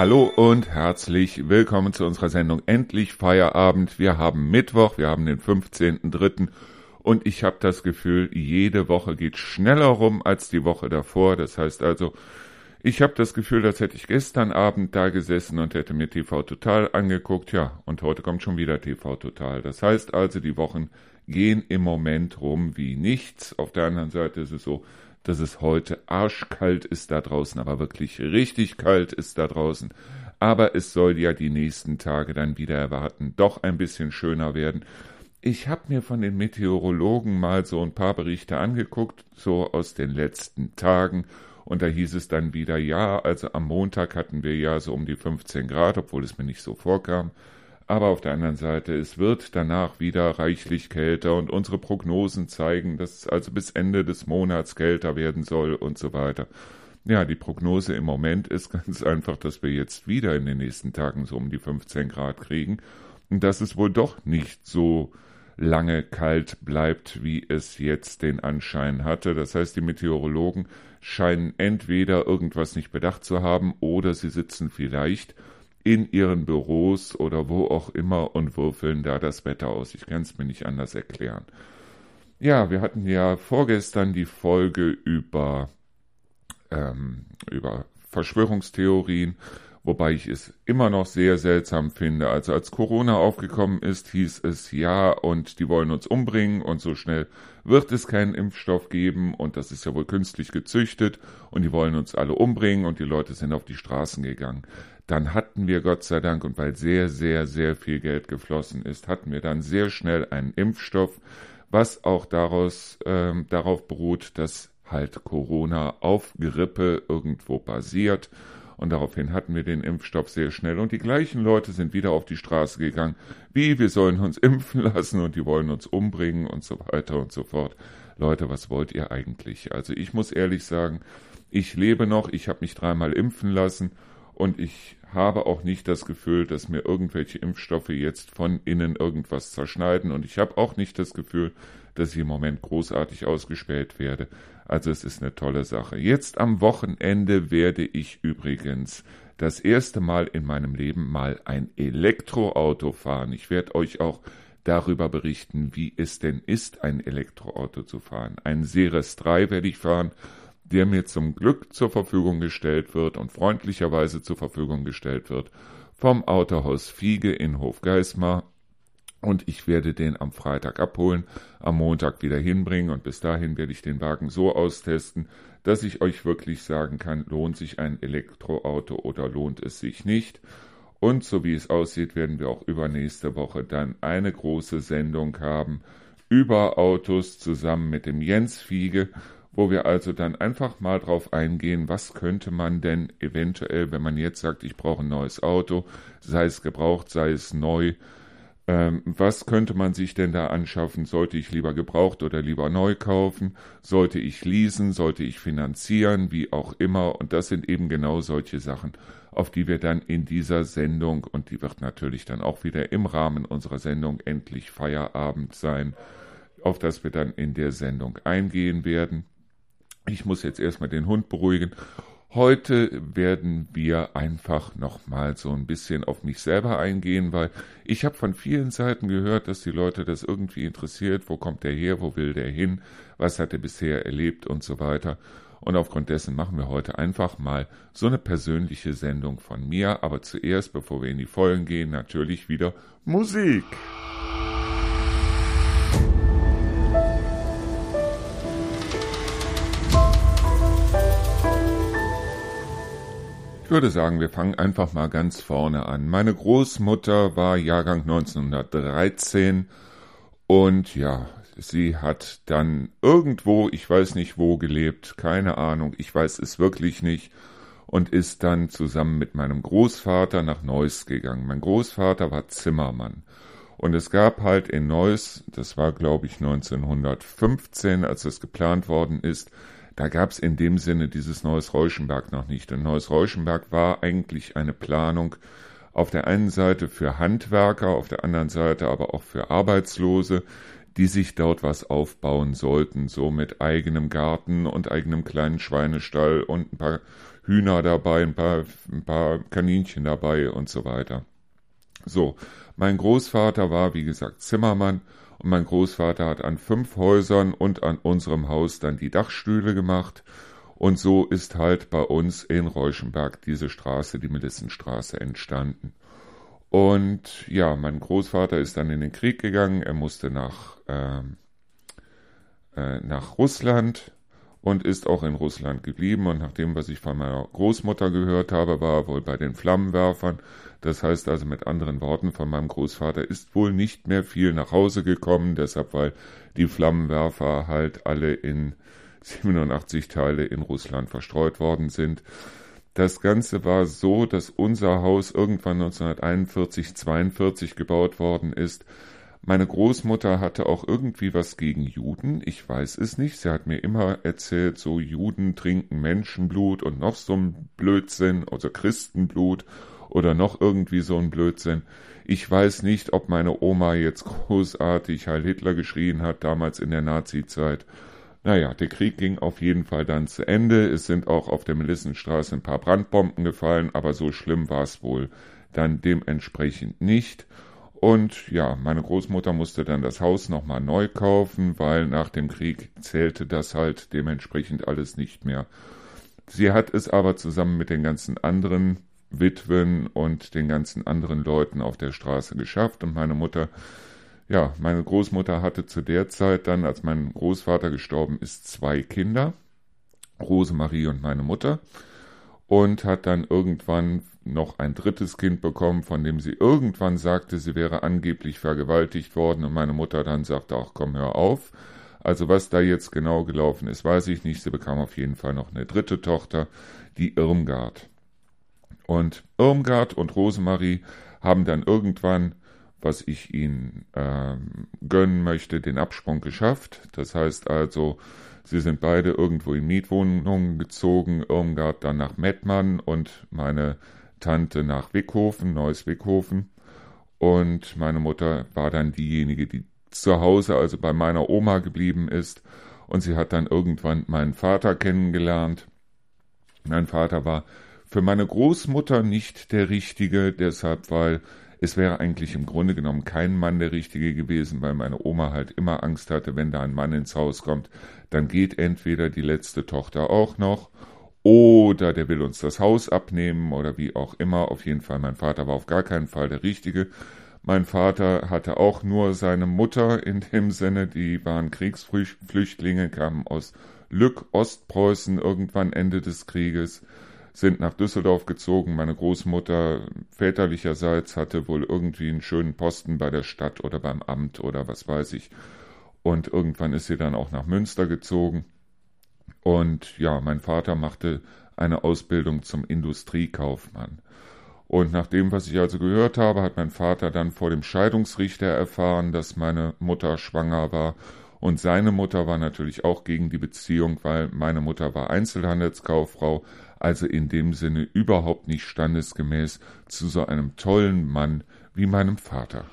Hallo und herzlich willkommen zu unserer Sendung Endlich Feierabend. Wir haben Mittwoch, wir haben den 15.03. und ich habe das Gefühl, jede Woche geht schneller rum als die Woche davor. Das heißt also, ich habe das Gefühl, als hätte ich gestern Abend da gesessen und hätte mir TV Total angeguckt. Ja, und heute kommt schon wieder TV Total. Das heißt also, die Wochen gehen im Moment rum wie nichts. Auf der anderen Seite ist es so, dass es heute arschkalt ist da draußen, aber wirklich richtig kalt ist da draußen. Aber es soll ja die nächsten Tage dann wieder erwarten, doch ein bisschen schöner werden. Ich habe mir von den Meteorologen mal so ein paar Berichte angeguckt, so aus den letzten Tagen. Und da hieß es dann wieder, ja, also am Montag hatten wir ja so um die 15 Grad, obwohl es mir nicht so vorkam. Aber auf der anderen Seite, es wird danach wieder reichlich kälter und unsere Prognosen zeigen, dass es also bis Ende des Monats kälter werden soll und so weiter. Ja, die Prognose im Moment ist ganz einfach, dass wir jetzt wieder in den nächsten Tagen so um die 15 Grad kriegen und dass es wohl doch nicht so lange kalt bleibt, wie es jetzt den Anschein hatte. Das heißt, die Meteorologen scheinen entweder irgendwas nicht bedacht zu haben oder sie sitzen vielleicht in ihren Büros oder wo auch immer und würfeln da das Wetter aus. Ich kann es mir nicht anders erklären. Ja, wir hatten ja vorgestern die Folge über Verschwörungstheorien, wobei ich es immer noch sehr seltsam finde. Also als Corona aufgekommen ist, hieß es ja, und die wollen uns umbringen und so schnell wird es keinen Impfstoff geben und das ist ja wohl künstlich gezüchtet und die wollen uns alle umbringen und die Leute sind auf die Straßen gegangen. Dann hatten wir Gott sei Dank, und weil sehr, sehr, sehr viel Geld geflossen ist, hatten wir dann sehr schnell einen Impfstoff, was auch darauf beruht, dass halt Corona auf Grippe irgendwo basiert. Und daraufhin hatten wir den Impfstoff sehr schnell. Und die gleichen Leute sind wieder auf die Straße gegangen, wie wir sollen uns impfen lassen und die wollen uns umbringen und so weiter und so fort. Leute, was wollt ihr eigentlich? Also ich muss ehrlich sagen, ich lebe noch, ich habe mich 3-mal impfen lassen. Und ich habe auch nicht das Gefühl, dass mir irgendwelche Impfstoffe jetzt von innen irgendwas zerschneiden. Und ich habe auch nicht das Gefühl, dass ich im Moment großartig ausgespäht werde. Also es ist eine tolle Sache. Jetzt am Wochenende werde ich übrigens das erste Mal in meinem Leben mal ein Elektroauto fahren. Ich werde euch auch darüber berichten, wie es denn ist, ein Elektroauto zu fahren. Ein Ceres 3 werde ich fahren, der mir zum Glück zur Verfügung gestellt wird und freundlicherweise zur Verfügung gestellt wird vom Autohaus Fiege in Hofgeismar. Und ich werde den am Freitag abholen, am Montag wieder hinbringen und bis dahin werde ich den Wagen so austesten, dass ich euch wirklich sagen kann, lohnt sich ein Elektroauto oder lohnt es sich nicht. Und so wie es aussieht, werden wir auch übernächste Woche dann eine große Sendung haben über Autos zusammen mit dem Jens Fiege, wo wir also dann einfach mal drauf eingehen, was könnte man denn eventuell, wenn man jetzt sagt, ich brauche ein neues Auto, sei es gebraucht, sei es neu, was könnte man sich denn da anschaffen? Sollte ich lieber gebraucht oder lieber neu kaufen? Sollte ich leasen? Sollte ich finanzieren? Wie auch immer. Und das sind eben genau solche Sachen, auf die wir dann in dieser Sendung, und die wird natürlich dann auch wieder im Rahmen unserer Sendung Endlich Feierabend sein, auf das wir dann in der Sendung eingehen werden. Ich muss jetzt erstmal den Hund beruhigen. Heute werden wir einfach nochmal so ein bisschen auf mich selber eingehen, weil ich habe von vielen Seiten gehört, dass die Leute das irgendwie interessiert. Wo kommt der her? Wo will der hin? Was hat er bisher erlebt und so weiter? Und aufgrund dessen machen wir heute einfach mal so eine persönliche Sendung von mir. Aber zuerst, bevor wir in die Vollen gehen, natürlich wieder Musik. Ich würde sagen, wir fangen einfach mal ganz vorne an. Meine Großmutter war Jahrgang 1913 und ja, sie hat dann irgendwo, ich weiß nicht wo, gelebt, keine Ahnung, ich weiß es wirklich nicht, und ist dann zusammen mit meinem Großvater nach Neuss gegangen. Mein Großvater war Zimmermann und es gab halt in Neuss, das war glaube ich 1915, als es geplant worden ist, da gab es in dem Sinne dieses Neuss-Reuschenberg noch nicht. Und Neuss-Reuschenberg war eigentlich eine Planung auf der einen Seite für Handwerker, auf der anderen Seite aber auch für Arbeitslose, die sich dort was aufbauen sollten, so mit eigenem Garten und eigenem kleinen Schweinestall und ein paar Hühner dabei, ein paar Kaninchen dabei und so weiter. So, mein Großvater war, wie gesagt, Zimmermann und mein Großvater hat an 5 Häusern und an unserem Haus dann die Dachstühle gemacht. Und so ist halt bei uns in Reuschenberg diese Straße, die Melissenstraße, entstanden. Und ja, mein Großvater ist dann in den Krieg gegangen. Er musste nach Russland und ist auch in Russland geblieben. Und nach dem, was ich von meiner Großmutter gehört habe, war er wohl bei den Flammenwerfern. Das heißt also mit anderen Worten, von meinem Großvater ist wohl nicht mehr viel nach Hause gekommen. Deshalb, weil die Flammenwerfer halt alle in 87 Teile in Russland verstreut worden sind. Das Ganze war so, dass unser Haus irgendwann 1941, 42 gebaut worden ist. Meine Großmutter hatte auch irgendwie was gegen Juden. Ich weiß es nicht. Sie hat mir immer erzählt, so Juden trinken Menschenblut und noch so ein Blödsinn, also Christenblut oder noch irgendwie so ein Blödsinn. Ich weiß nicht, ob meine Oma jetzt großartig Heil Hitler geschrien hat, damals in der Nazi-Zeit. Naja, der Krieg ging auf jeden Fall dann zu Ende. Es sind auch auf der Melissenstraße ein paar Brandbomben gefallen, aber so schlimm war es wohl dann dementsprechend nicht. Und ja, meine Großmutter musste dann das Haus nochmal neu kaufen, weil nach dem Krieg zählte das halt dementsprechend alles nicht mehr. Sie hat es aber zusammen mit den ganzen anderen Witwen und den ganzen anderen Leuten auf der Straße geschafft. Und meine Großmutter hatte zu der Zeit dann, als mein Großvater gestorben ist, 2 Kinder, Rosemarie und meine Mutter, und hat dann irgendwann noch ein 3. Kind bekommen, von dem sie irgendwann sagte, sie wäre angeblich vergewaltigt worden und meine Mutter dann sagte, ach komm, hör auf. Also was da jetzt genau gelaufen ist, weiß ich nicht. Sie bekam auf jeden Fall noch eine 3. Tochter, die Irmgard. Und Irmgard und Rosemarie haben dann irgendwann, was ich ihnen gönnen möchte, den Absprung geschafft. Das heißt also, sie sind beide irgendwo in Mietwohnungen gezogen, Irmgard dann nach Mettmann und meine Tante nach Wickhofen, Neues Wickhofen. Und meine Mutter war dann diejenige, die zu Hause, also bei meiner Oma geblieben ist. Und sie hat dann irgendwann meinen Vater kennengelernt. Mein Vater war für meine Großmutter nicht der Richtige, deshalb, weil es wäre eigentlich im Grunde genommen kein Mann der Richtige gewesen, weil meine Oma halt immer Angst hatte, wenn da ein Mann ins Haus kommt, dann geht entweder die letzte Tochter auch noch oder der will uns das Haus abnehmen oder wie auch immer. Auf jeden Fall, mein Vater war auf gar keinen Fall der Richtige. Mein Vater hatte auch nur seine Mutter in dem Sinne, die waren Kriegsflüchtlinge, kamen aus Lück, Ostpreußen, irgendwann Ende des Krieges, sind nach Düsseldorf gezogen. Meine Großmutter väterlicherseits hatte wohl irgendwie einen schönen Posten bei der Stadt oder beim Amt oder was weiß ich. Und irgendwann ist sie dann auch nach Münster gezogen. Und ja, mein Vater machte eine Ausbildung zum Industriekaufmann. Und nach dem, was ich also gehört habe, hat mein Vater dann vor dem Scheidungsrichter erfahren, dass meine Mutter schwanger war. Und seine Mutter war natürlich auch gegen die Beziehung, weil meine Mutter war Einzelhandelskauffrau, also in dem Sinne überhaupt nicht standesgemäß zu so einem tollen Mann wie meinem Vater.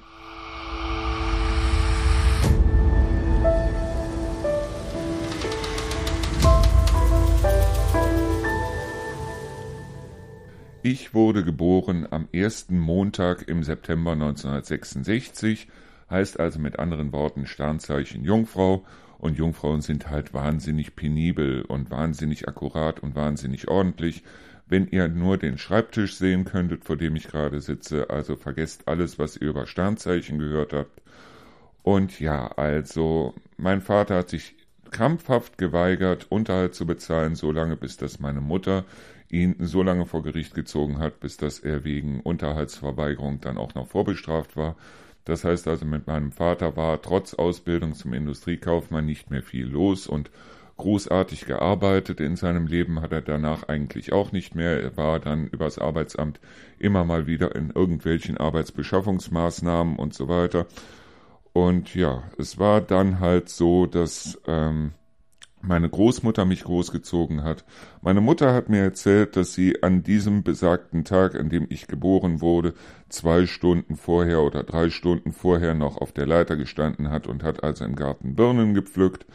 Ich wurde geboren am 1. Montag im September 1966, heißt also mit anderen Worten Sternzeichen Jungfrau, und Jungfrauen sind halt wahnsinnig penibel und wahnsinnig akkurat und wahnsinnig ordentlich. Wenn ihr nur den Schreibtisch sehen könntet, vor dem ich gerade sitze, also vergesst alles, was ihr über Sternzeichen gehört habt. Und ja, also mein Vater hat sich krampfhaft geweigert, Unterhalt zu bezahlen, solange bis das meine Mutter ihn so lange vor Gericht gezogen hat, bis dass er wegen Unterhaltsverweigerung dann auch noch vorbestraft war. Das heißt also, mit meinem Vater war trotz Ausbildung zum Industriekaufmann nicht mehr viel los und großartig gearbeitet in seinem Leben hat er danach eigentlich auch nicht mehr. Er war dann übers Arbeitsamt immer mal wieder in irgendwelchen Arbeitsbeschaffungsmaßnahmen und so weiter. Und ja, es war dann halt so, dass meine Großmutter mich großgezogen hat. Meine Mutter hat mir erzählt, dass sie an diesem besagten Tag, an dem ich geboren wurde, 2 Stunden vorher oder 3 Stunden vorher noch auf der Leiter gestanden hat und hat also im Garten Birnen gepflückt,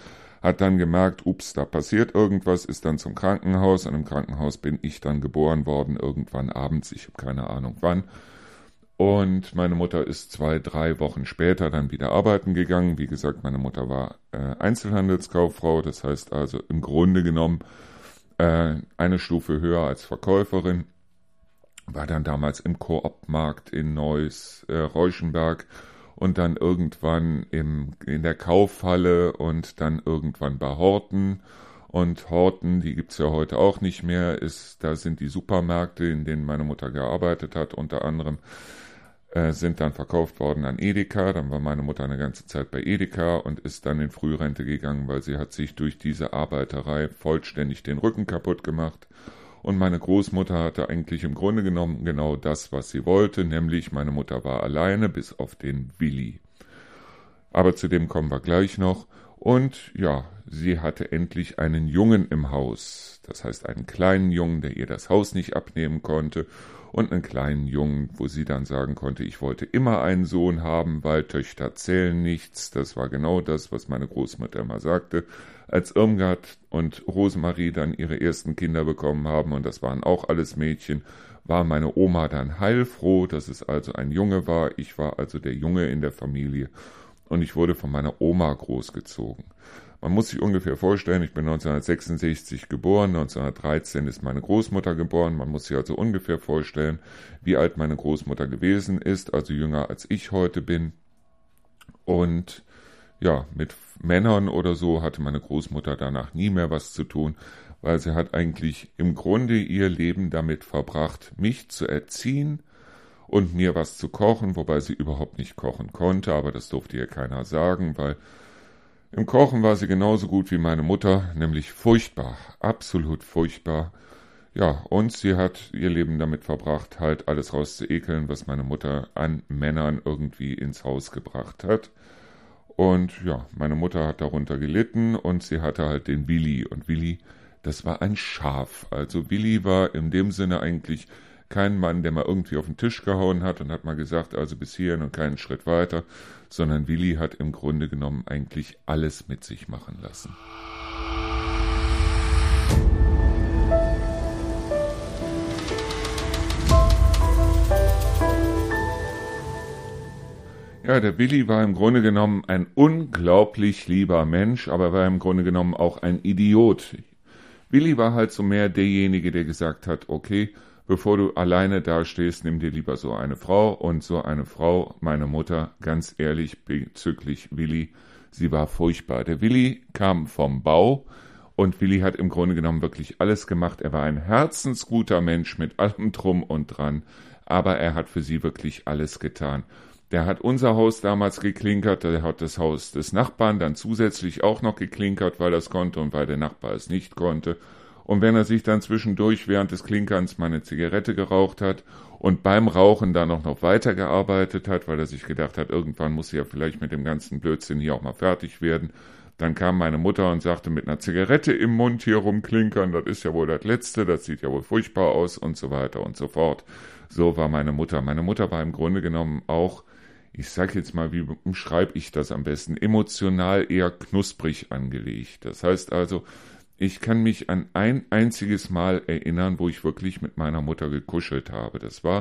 hat dann gemerkt, ups, da passiert irgendwas, ist dann zum Krankenhaus. Und im Krankenhaus bin ich dann geboren worden, irgendwann abends, ich habe keine Ahnung wann. Und meine Mutter ist 2, 3 Wochen später dann wieder arbeiten gegangen. Wie gesagt, meine Mutter war Einzelhandelskauffrau, das heißt also im Grunde genommen eine Stufe höher als Verkäuferin. War dann damals im Coop-Markt in Neuss, Reuschenberg und dann irgendwann in der Kaufhalle und dann irgendwann bei Horten. Und Horten, die gibt's ja heute auch nicht mehr, da sind die Supermärkte, in denen meine Mutter gearbeitet hat, unter anderem sind dann verkauft worden an Edeka. Dann war meine Mutter eine ganze Zeit bei Edeka und ist dann in Frührente gegangen, weil sie hat sich durch diese Arbeiterei vollständig den Rücken kaputt gemacht. Und meine Großmutter hatte eigentlich im Grunde genommen genau das, was sie wollte, nämlich meine Mutter war alleine, bis auf den Willi. Aber zu dem kommen wir gleich noch. Und ja, sie hatte endlich einen Jungen im Haus. Das heißt einen kleinen Jungen, der ihr das Haus nicht abnehmen konnte. Und einen kleinen Jungen, wo sie dann sagen konnte, ich wollte immer einen Sohn haben, weil Töchter zählen nichts. Das war genau das, was meine Großmutter immer sagte. Als Irmgard und Rosemarie dann ihre ersten Kinder bekommen haben, und das waren auch alles Mädchen, war meine Oma dann heilfroh, dass es also ein Junge war. Ich war also der Junge in der Familie und ich wurde von meiner Oma großgezogen. Man muss sich ungefähr vorstellen, ich bin 1966 geboren, 1913 ist meine Großmutter geboren. Man muss sich also ungefähr vorstellen, wie alt meine Großmutter gewesen ist, also jünger als ich heute bin. Und ja, mit Männern oder so hatte meine Großmutter danach nie mehr was zu tun, weil sie hat eigentlich im Grunde ihr Leben damit verbracht, mich zu erziehen und mir was zu kochen, wobei sie überhaupt nicht kochen konnte, aber das durfte ihr keiner sagen, weil im Kochen war sie genauso gut wie meine Mutter, nämlich furchtbar, absolut furchtbar. Ja, und sie hat ihr Leben damit verbracht, halt alles rauszuekeln, was meine Mutter an Männern irgendwie ins Haus gebracht hat. Und ja, meine Mutter hat darunter gelitten und sie hatte halt den Willi. Und Willi, das war ein Schaf. Also Willi war in dem Sinne eigentlich kein Mann, der mal irgendwie auf den Tisch gehauen hat und hat mal gesagt, also bis hierhin und keinen Schritt weiter, sondern Willi hat im Grunde genommen eigentlich alles mit sich machen lassen. Ja, der Willi war im Grunde genommen ein unglaublich lieber Mensch, aber war im Grunde genommen auch ein Idiot. Willi war halt so mehr derjenige, der gesagt hat, okay, bevor du alleine dastehst, nimm dir lieber so eine Frau. Und so eine Frau, meine Mutter, ganz ehrlich, bezüglich Willi, sie war furchtbar. Der Willi kam vom Bau und Willi hat im Grunde genommen wirklich alles gemacht. Er war ein herzensguter Mensch mit allem Drum und Dran, aber er hat für sie wirklich alles getan. Der hat unser Haus damals geklinkert, der hat das Haus des Nachbarn dann zusätzlich auch noch geklinkert, weil er es konnte und weil der Nachbar es nicht konnte. Und wenn er sich dann zwischendurch während des Klinkerns mal eine Zigarette geraucht hat und beim Rauchen dann auch noch weitergearbeitet hat, weil er sich gedacht hat, irgendwann muss er ja vielleicht mit dem ganzen Blödsinn hier auch mal fertig werden, dann kam meine Mutter und sagte, mit einer Zigarette im Mund hier rumklinkern, das ist ja wohl das Letzte, das sieht ja wohl furchtbar aus und so weiter und so fort. So war meine Mutter. Meine Mutter war im Grunde genommen auch, ich sag jetzt mal, wie umschreibe ich das am besten, emotional eher knusprig angelegt. Das heißt also, ich kann mich an ein einziges Mal erinnern, wo ich wirklich mit meiner Mutter gekuschelt habe.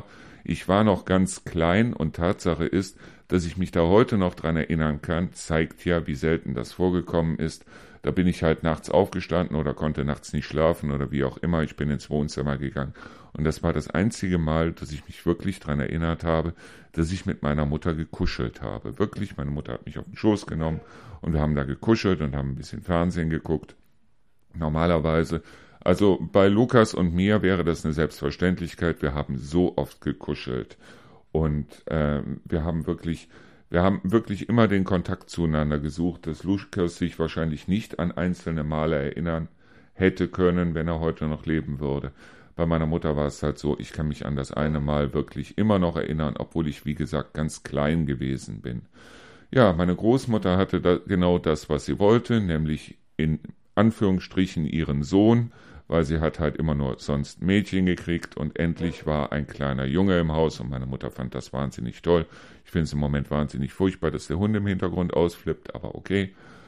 Ich war noch ganz klein und Tatsache ist, dass ich mich da heute noch dran erinnern kann, zeigt ja, wie selten das vorgekommen ist. Da bin ich halt nachts aufgestanden oder konnte nachts nicht schlafen oder wie auch immer. Ich bin ins Wohnzimmer gegangen. Und das war das einzige Mal, dass ich mich wirklich dran erinnert habe, dass ich mit meiner Mutter gekuschelt habe. Wirklich, meine Mutter hat mich auf den Schoß genommen und wir haben da gekuschelt und haben ein bisschen Fernsehen geguckt. Normalerweise, also bei Lukas und mir wäre das eine Selbstverständlichkeit. Wir haben so oft gekuschelt und wir haben wirklich immer den Kontakt zueinander gesucht, dass Lukas sich wahrscheinlich nicht an einzelne Male erinnern hätte können, wenn er heute noch leben würde. Bei meiner Mutter war es halt so, ich kann mich an das eine Mal wirklich immer noch erinnern, obwohl ich, wie gesagt, ganz klein gewesen bin. Ja, meine Großmutter hatte genau das, was sie wollte, nämlich in Anführungsstrichen ihren Sohn, weil sie hat halt immer nur sonst Mädchen gekriegt und endlich war ein kleiner Junge im Haus und meine Mutter fand das wahnsinnig toll. Ich finde es im Moment wahnsinnig furchtbar, dass der Hund im Hintergrund ausflippt, aber okay.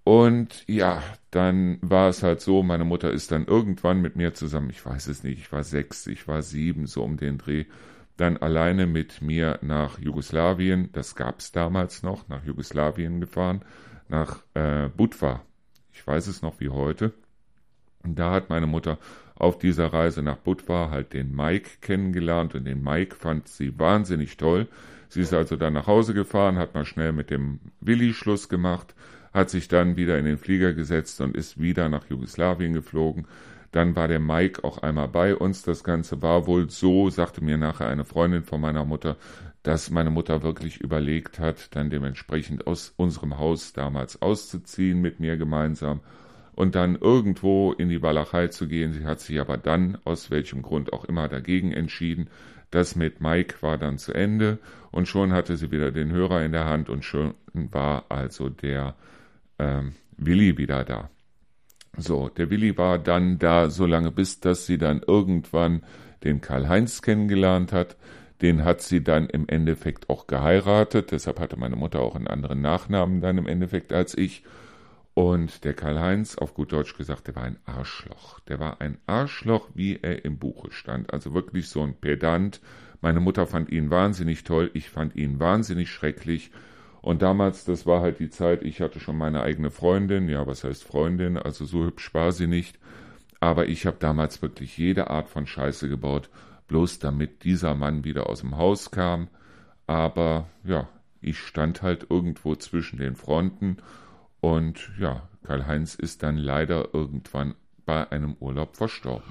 Und ja, dann war es halt so, meine Mutter ist dann irgendwann mit mir zusammen, ich weiß es nicht, ich war 6, ich war 7, so um den Dreh, dann alleine mit mir nach Jugoslawien, das gab es damals noch, nach Jugoslawien gefahren, nach Budva. Ich weiß es noch wie heute. Und da hat meine Mutter auf dieser Reise nach Budva halt den Mike kennengelernt und den Mike fand sie wahnsinnig toll. Sie ist also dann nach Hause gefahren, hat mal schnell mit dem Willi Schluss gemacht, hat sich dann wieder in den Flieger gesetzt und ist wieder nach Jugoslawien geflogen. Dann war der Mike auch einmal bei uns. Das Ganze war wohl so, sagte mir nachher eine Freundin von meiner Mutter, dass meine Mutter wirklich überlegt hat, dann dementsprechend aus unserem Haus damals auszuziehen mit mir gemeinsam und dann irgendwo in die Walachei zu gehen. Sie hat sich aber dann, aus welchem Grund auch immer, dagegen entschieden. Das mit Mike war dann zu Ende und schon hatte sie wieder den Hörer in der Hand und schon war also der Willi wieder da. So, der Willi war dann da so lange, bis dass sie dann irgendwann den Karl-Heinz kennengelernt hat. Den hat sie dann im Endeffekt auch geheiratet. Deshalb hatte meine Mutter auch einen anderen Nachnamen dann im Endeffekt als ich. Und der Karl-Heinz, auf gut Deutsch gesagt, der war ein Arschloch. Der war ein Arschloch, wie er im Buche stand. Also wirklich so ein Pedant. Meine Mutter fand ihn wahnsinnig toll. Ich fand ihn wahnsinnig schrecklich. Und damals, das war halt die Zeit, ich hatte schon meine eigene Freundin. Ja, was heißt Freundin? Also so hübsch war sie nicht. Aber ich habe damals wirklich jede Art von Scheiße gebaut, bloß damit dieser Mann wieder aus dem Haus kam. Aber ja, ich stand halt irgendwo zwischen den Fronten. Und ja, Karl-Heinz ist dann leider irgendwann bei einem Urlaub verstorben.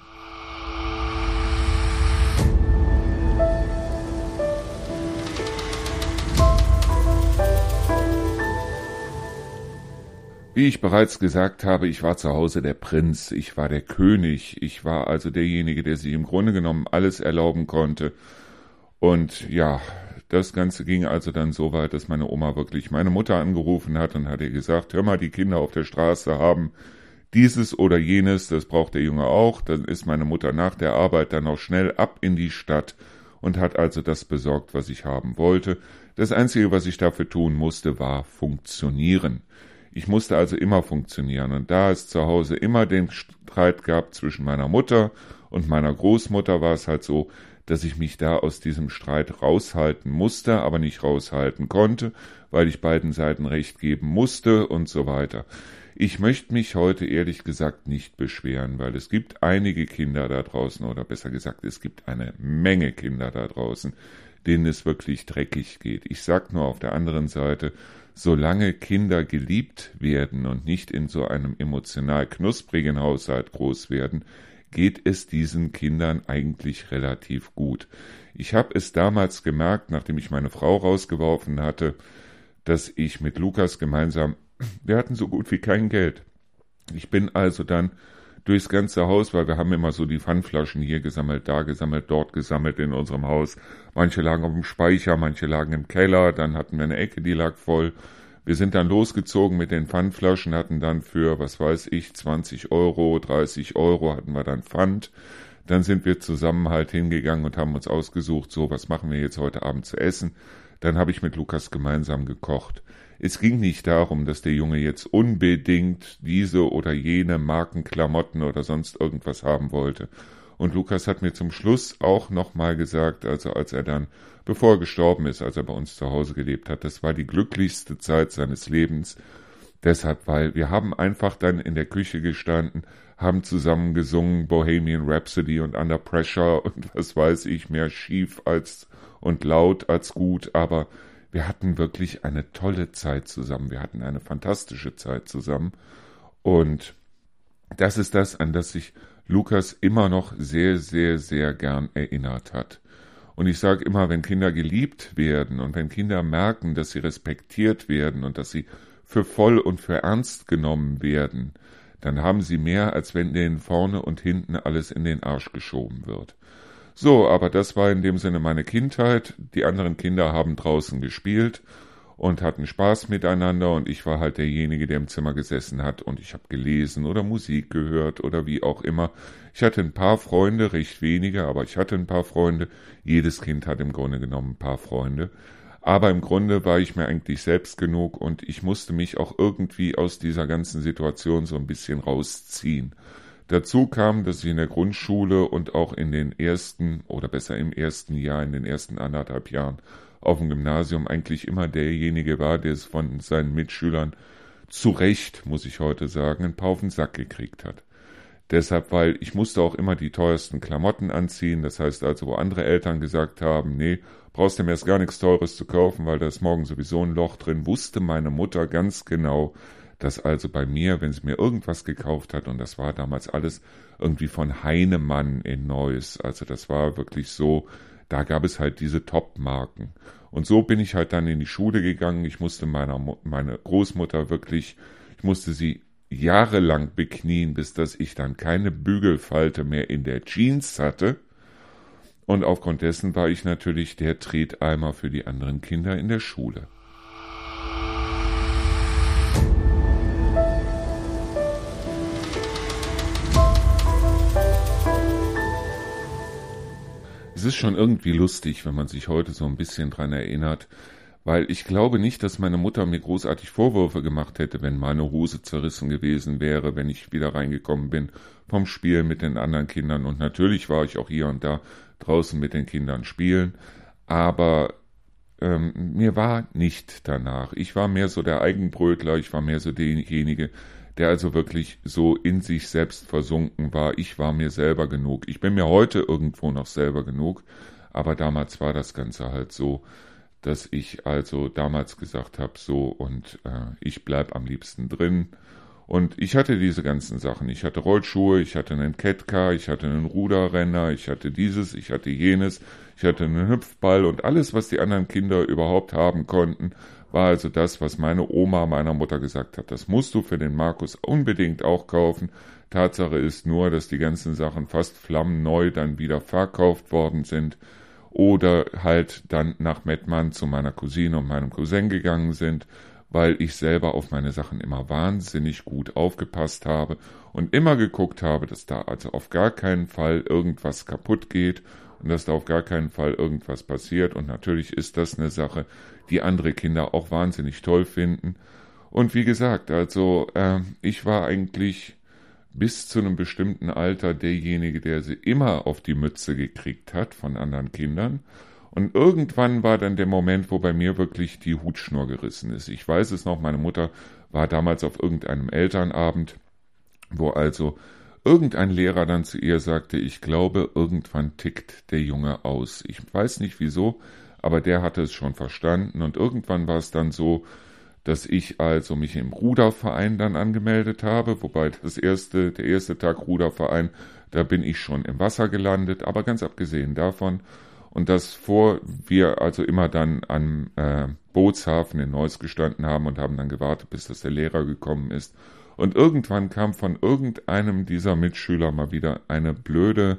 Wie ich bereits gesagt habe, ich war zu Hause der Prinz, ich war der König, ich war also derjenige, der sich im Grunde genommen alles erlauben konnte. Und ja, das Ganze ging also dann so weit, dass meine Oma wirklich meine Mutter angerufen hat und hat ihr gesagt, hör mal, die Kinder auf der Straße haben dieses oder jenes, das braucht der Junge auch. Dann ist meine Mutter nach der Arbeit dann auch schnell ab in die Stadt und hat also das besorgt, was ich haben wollte. Das Einzige, was ich dafür tun musste, war funktionieren. Ich musste also immer funktionieren und da es zu Hause immer den Streit gab zwischen meiner Mutter und meiner Großmutter, war es halt so, dass ich mich da aus diesem Streit raushalten musste, aber nicht raushalten konnte, weil ich beiden Seiten recht geben musste und so weiter. Ich möchte mich heute ehrlich gesagt nicht beschweren, weil es gibt einige Kinder da draußen, oder besser gesagt, es gibt eine Menge Kinder da draußen, denen es wirklich dreckig geht. Ich sag nur auf der anderen Seite, solange Kinder geliebt werden und nicht in so einem emotional knusprigen Haushalt groß werden, geht es diesen Kindern eigentlich relativ gut. Ich habe es damals gemerkt, nachdem ich meine Frau rausgeworfen hatte, dass ich mit Lukas gemeinsam, wir hatten so gut wie kein Geld. Ich bin also dann durchs ganze Haus, weil wir haben immer so die Pfandflaschen hier gesammelt, da gesammelt, dort gesammelt in unserem Haus. Manche lagen auf dem Speicher, manche lagen im Keller, dann hatten wir eine Ecke, die lag voll. Wir sind dann losgezogen mit den Pfandflaschen, hatten dann für, 20 Euro, 30 Euro hatten wir dann Pfand. Dann sind wir zusammen halt hingegangen und haben uns ausgesucht, so, was machen wir jetzt heute Abend zu essen? Dann habe ich mit Lukas gemeinsam gekocht. Es ging nicht darum, dass der Junge jetzt unbedingt diese oder jene Markenklamotten oder sonst irgendwas haben wollte. Und Lukas hat mir zum Schluss auch nochmal gesagt, also als er dann, bevor er gestorben ist, als er bei uns zu Hause gelebt hat, das war die glücklichste Zeit seines Lebens. Deshalb, weil wir haben einfach dann in der Küche gestanden, haben zusammen gesungen Bohemian Rhapsody und Under Pressure und was weiß ich, mehr schief als und laut als gut, aber wir hatten wirklich eine tolle Zeit zusammen. Wir hatten eine fantastische Zeit zusammen. Und das ist das, an das sich Lukas immer noch sehr, sehr, sehr gern erinnert hat. Und ich sage immer, wenn Kinder geliebt werden und wenn Kinder merken, dass sie respektiert werden und dass sie für voll und für ernst genommen werden, dann haben sie mehr, als wenn denen vorne und hinten alles in den Arsch geschoben wird. So, aber das war in dem Sinne meine Kindheit. Die anderen Kinder haben draußen gespielt und hatten Spaß miteinander und ich war halt derjenige, der im Zimmer gesessen hat und ich habe gelesen oder Musik gehört oder wie auch immer. Ich hatte ein paar Freunde, recht wenige, aber ich hatte ein paar Freunde. Jedes Kind hat im Grunde genommen ein paar Freunde. Aber im Grunde war ich mir eigentlich selbst genug und ich musste mich auch irgendwie aus dieser ganzen Situation so ein bisschen rausziehen. Dazu kam, dass ich in der Grundschule und auch in den ersten, oder besser im ersten Jahr, in den ersten 1,5 Jahren auf dem Gymnasium eigentlich immer derjenige war, der es von seinen Mitschülern zu Recht, muss ich heute sagen, ein paar auf den Sack gekriegt hat. Deshalb, weil ich musste auch immer die teuersten Klamotten anziehen. Das heißt also, wo andere Eltern gesagt haben, nee, brauchst du mir erst gar nichts Teures zu kaufen, weil da ist morgen sowieso ein Loch drin, wusste meine Mutter ganz genau, dass also bei mir, wenn sie mir irgendwas gekauft hat, und das war damals alles irgendwie von Heinemann in Neuss, also das war wirklich so, da gab es halt diese Top-Marken. Und so bin ich halt dann in die Schule gegangen. Ich musste meine Großmutter wirklich, ich musste sie jahrelang beknien, bis dass ich dann keine Bügelfalte mehr in der Jeans hatte. Und aufgrund dessen war ich natürlich der Treteimer für die anderen Kinder in der Schule. Es ist schon irgendwie lustig, wenn man sich heute so ein bisschen dran erinnert, weil ich glaube nicht, dass meine Mutter mir großartig Vorwürfe gemacht hätte, wenn meine Hose zerrissen gewesen wäre, wenn ich wieder reingekommen bin vom Spielen mit den anderen Kindern. Und natürlich war ich auch hier und da draußen mit den Kindern spielen, aber mir war nicht danach. Ich war mehr so der Eigenbrötler, ich war mehr so derjenige, der also wirklich so in sich selbst versunken war. Ich war mir selber genug. Ich bin mir heute irgendwo noch selber genug, aber damals war das Ganze halt so, dass ich also damals gesagt habe, so und ich bleib am liebsten drin. Und ich hatte diese ganzen Sachen. Ich hatte Rollschuhe, ich hatte einen Catcar, ich hatte einen Ruderrenner, ich hatte dieses, ich hatte jenes, ich hatte einen Hüpfball und alles, was die anderen Kinder überhaupt haben konnten, war also das, was meine Oma meiner Mutter gesagt hat. Das musst du für den Markus unbedingt auch kaufen. Tatsache ist nur, dass die ganzen Sachen fast flammneu dann wieder verkauft worden sind oder halt dann nach Mettmann zu meiner Cousine und meinem Cousin gegangen sind, weil ich selber auf meine Sachen immer wahnsinnig gut aufgepasst habe und immer geguckt habe, dass da also auf gar keinen Fall irgendwas kaputt geht und dass da auf gar keinen Fall irgendwas passiert. Und natürlich ist das eine Sache, die andere Kinder auch wahnsinnig toll finden. Und wie gesagt, also ich war eigentlich bis zu einem bestimmten Alter derjenige, der sie immer auf die Mütze gekriegt hat von anderen Kindern. Und irgendwann war dann der Moment, wo bei mir wirklich die Hutschnur gerissen ist. Ich weiß es noch, meine Mutter war damals auf irgendeinem Elternabend, wo also irgendein Lehrer dann zu ihr sagte, ich glaube, irgendwann tickt der Junge aus. Ich weiß nicht wieso, aber der hatte es schon verstanden. Und irgendwann war es dann so, dass ich also mich im Ruderverein dann angemeldet habe, wobei der erste Tag Ruderverein, da bin ich schon im Wasser gelandet, aber ganz abgesehen davon, und dass wir also immer dann am Bootshafen in Neuss gestanden haben und haben dann gewartet, bis das der Lehrer gekommen ist. Und irgendwann kam von irgendeinem dieser Mitschüler mal wieder eine blöde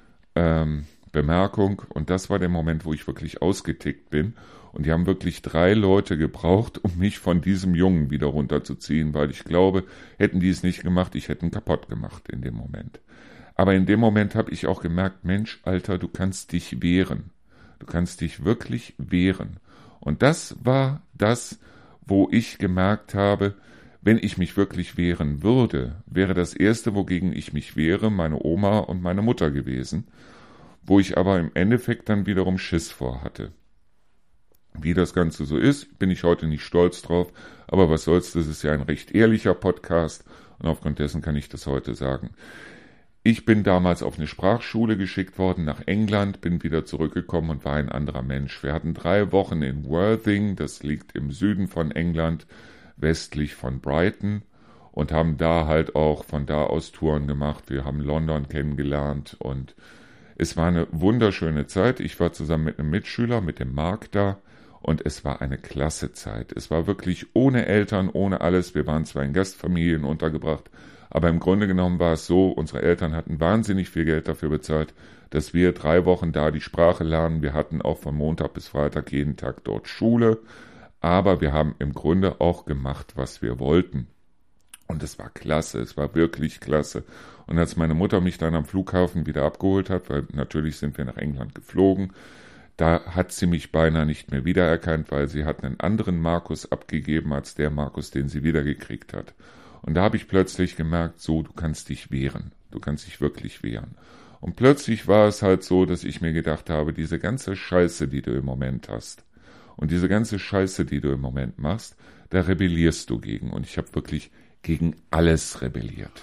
Bemerkung und das war der Moment, wo ich wirklich ausgetickt bin. Und die haben wirklich 3 Leute gebraucht, um mich von diesem Jungen wieder runterzuziehen, weil ich glaube, hätten die es nicht gemacht, ich hätte ihn kaputt gemacht in dem Moment. Aber in dem Moment habe ich auch gemerkt, Mensch, Alter, du kannst dich wehren. Du kannst dich wirklich wehren. Und das war das, wo ich gemerkt habe, wenn ich mich wirklich wehren würde, wäre das Erste, wogegen ich mich wehre, meine Oma und meine Mutter gewesen, wo ich aber im Endeffekt dann wiederum Schiss vor hatte. Wie das Ganze so ist, bin ich heute nicht stolz drauf, aber was soll's, das ist ja ein recht ehrlicher Podcast und aufgrund dessen kann ich das heute sagen. Ich bin damals auf eine Sprachschule geschickt worden nach England, bin wieder zurückgekommen und war ein anderer Mensch. Wir hatten 3 Wochen in Worthing, das liegt im Süden von England, westlich von Brighton und haben da halt auch von da aus Touren gemacht. Wir haben London kennengelernt und es war eine wunderschöne Zeit. Ich war zusammen mit einem Mitschüler, mit dem Mark da und es war eine klasse Zeit. Es war wirklich ohne Eltern, ohne alles. Wir waren zwar in Gastfamilien untergebracht, aber im Grunde genommen war es so, unsere Eltern hatten wahnsinnig viel Geld dafür bezahlt, dass wir 3 Wochen da die Sprache lernen. Wir hatten auch von Montag bis Freitag jeden Tag dort Schule, aber wir haben im Grunde auch gemacht, was wir wollten. Und es war klasse, es war wirklich klasse. Und als meine Mutter mich dann am Flughafen wieder abgeholt hat, weil natürlich sind wir nach England geflogen, Da hat sie mich beinahe nicht mehr wiedererkannt, weil sie hat einen anderen Markus abgegeben als der Markus, den sie wiedergekriegt hat. Und da habe ich plötzlich gemerkt, so, du kannst dich wehren. Du kannst dich wirklich wehren. Und plötzlich war es halt so, dass ich mir gedacht habe, diese ganze Scheiße, die du im Moment hast, und diese ganze Scheiße, die du im Moment machst, da rebellierst du gegen. Und ich habe wirklich gegen alles rebelliert.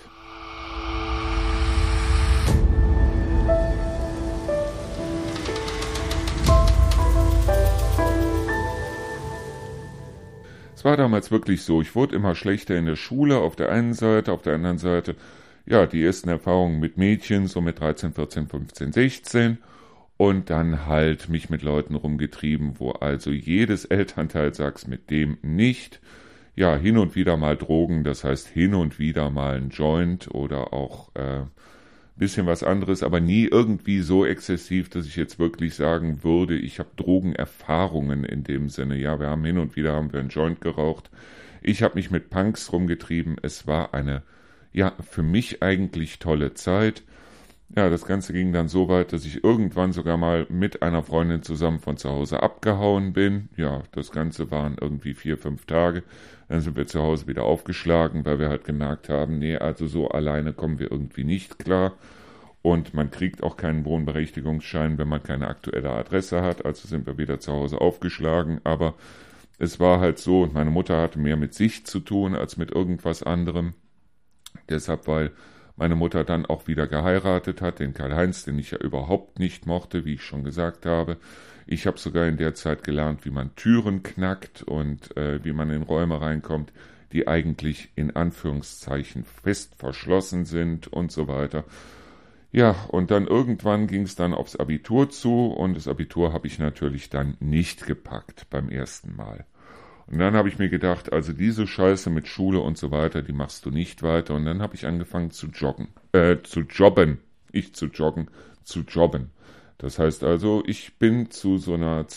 Es war damals wirklich so, ich wurde immer schlechter in der Schule, auf der einen Seite, auf der anderen Seite, ja, die ersten Erfahrungen mit Mädchen, so mit 13, 14, 15, 16 und dann halt mich mit Leuten rumgetrieben, wo also jedes Elternteil sagt, mit dem nicht. Ja, hin und wieder mal Drogen, das heißt hin und wieder mal ein Joint oder auch bisschen was anderes, aber nie irgendwie so exzessiv, dass ich jetzt wirklich sagen würde, ich habe Drogenerfahrungen in dem Sinne. Ja, wir haben hin und wieder haben wir einen Joint geraucht. Ich habe mich mit Punks rumgetrieben. Es war eine, ja, für mich eigentlich tolle Zeit. Ja, das Ganze ging dann so weit, dass ich irgendwann sogar mal mit einer Freundin zusammen von zu Hause abgehauen bin. Ja, das Ganze waren irgendwie 4, 5 Tage. Dann sind wir zu Hause wieder aufgeschlagen, weil wir halt gemerkt haben, nee, also so alleine kommen wir irgendwie nicht klar. Und man kriegt auch keinen Wohnberechtigungsschein, wenn man keine aktuelle Adresse hat. Also sind wir wieder zu Hause aufgeschlagen. Aber es war halt so, und meine Mutter hatte mehr mit sich zu tun als mit irgendwas anderem. Deshalb, weil meine Mutter dann auch wieder geheiratet hat, den Karl-Heinz, den ich ja überhaupt nicht mochte, wie ich schon gesagt habe. Ich habe sogar in der Zeit gelernt, wie man Türen knackt und wie man in Räume reinkommt, die eigentlich in Anführungszeichen fest verschlossen sind und so weiter. Ja, und dann irgendwann ging es dann aufs Abitur zu und das Abitur habe ich natürlich dann nicht gepackt beim ersten Mal. Und dann habe ich mir gedacht, also diese Scheiße mit Schule und so weiter, die machst du nicht weiter. Und dann habe ich angefangen zu joggen. Zu jobben. Nicht zu joggen, zu jobben. Das heißt also, ich bin zu so einer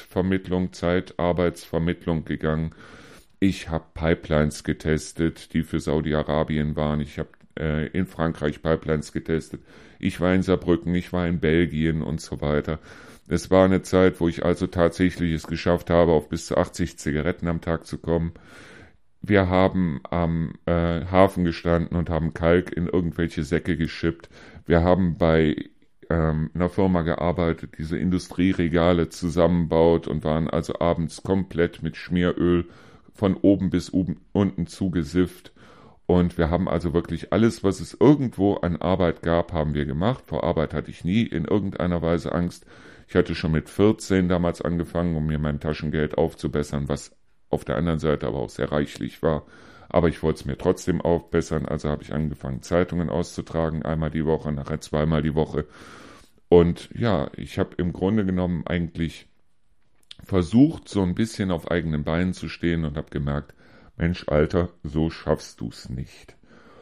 Zeitarbeitsvermittlung gegangen. Ich habe Pipelines getestet, die für Saudi-Arabien waren. Ich habe in Frankreich Pipelines getestet. Ich war in Saarbrücken, ich war in Belgien und so weiter. Es war eine Zeit, wo ich also tatsächlich es geschafft habe, auf bis zu 80 Zigaretten am Tag zu kommen. Wir haben am Hafen gestanden und haben Kalk in irgendwelche Säcke geschippt. Wir haben bei einer Firma gearbeitet, diese Industrieregale zusammenbaut und waren also abends komplett mit Schmieröl von oben bis unten zugesifft. Und wir haben also wirklich alles, was es irgendwo an Arbeit gab, haben wir gemacht. Vor Arbeit hatte ich nie in irgendeiner Weise Angst. Ich hatte schon mit 14 damals angefangen, um mir mein Taschengeld aufzubessern, was auf der anderen Seite aber auch sehr reichlich war. Aber ich wollte es mir trotzdem aufbessern, also habe ich angefangen, Zeitungen auszutragen, einmal die Woche, nachher zweimal die Woche. Und ja, ich habe im Grunde genommen eigentlich versucht, so ein bisschen auf eigenen Beinen zu stehen und habe gemerkt, Mensch, Alter, so schaffst du's nicht.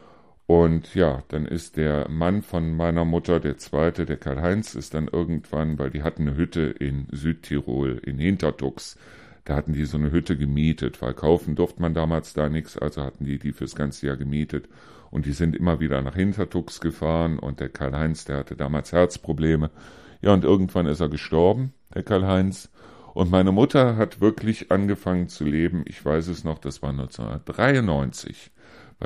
Und ja, dann ist der Mann von meiner Mutter, der zweite, der Karl-Heinz, ist dann irgendwann, weil die hatten eine Hütte in Südtirol, in Hintertux, da hatten die so eine Hütte gemietet, weil kaufen durfte man damals da nichts, also hatten die fürs ganze Jahr gemietet. Und die sind immer wieder nach Hintertux gefahren und der Karl-Heinz, der hatte damals Herzprobleme. Ja, und irgendwann ist er gestorben, der Karl-Heinz. Und meine Mutter hat wirklich angefangen zu leben, ich weiß es noch, das war 1993. Bei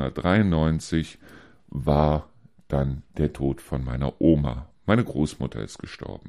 1993 war dann der Tod von meiner Oma. Meine Großmutter ist gestorben.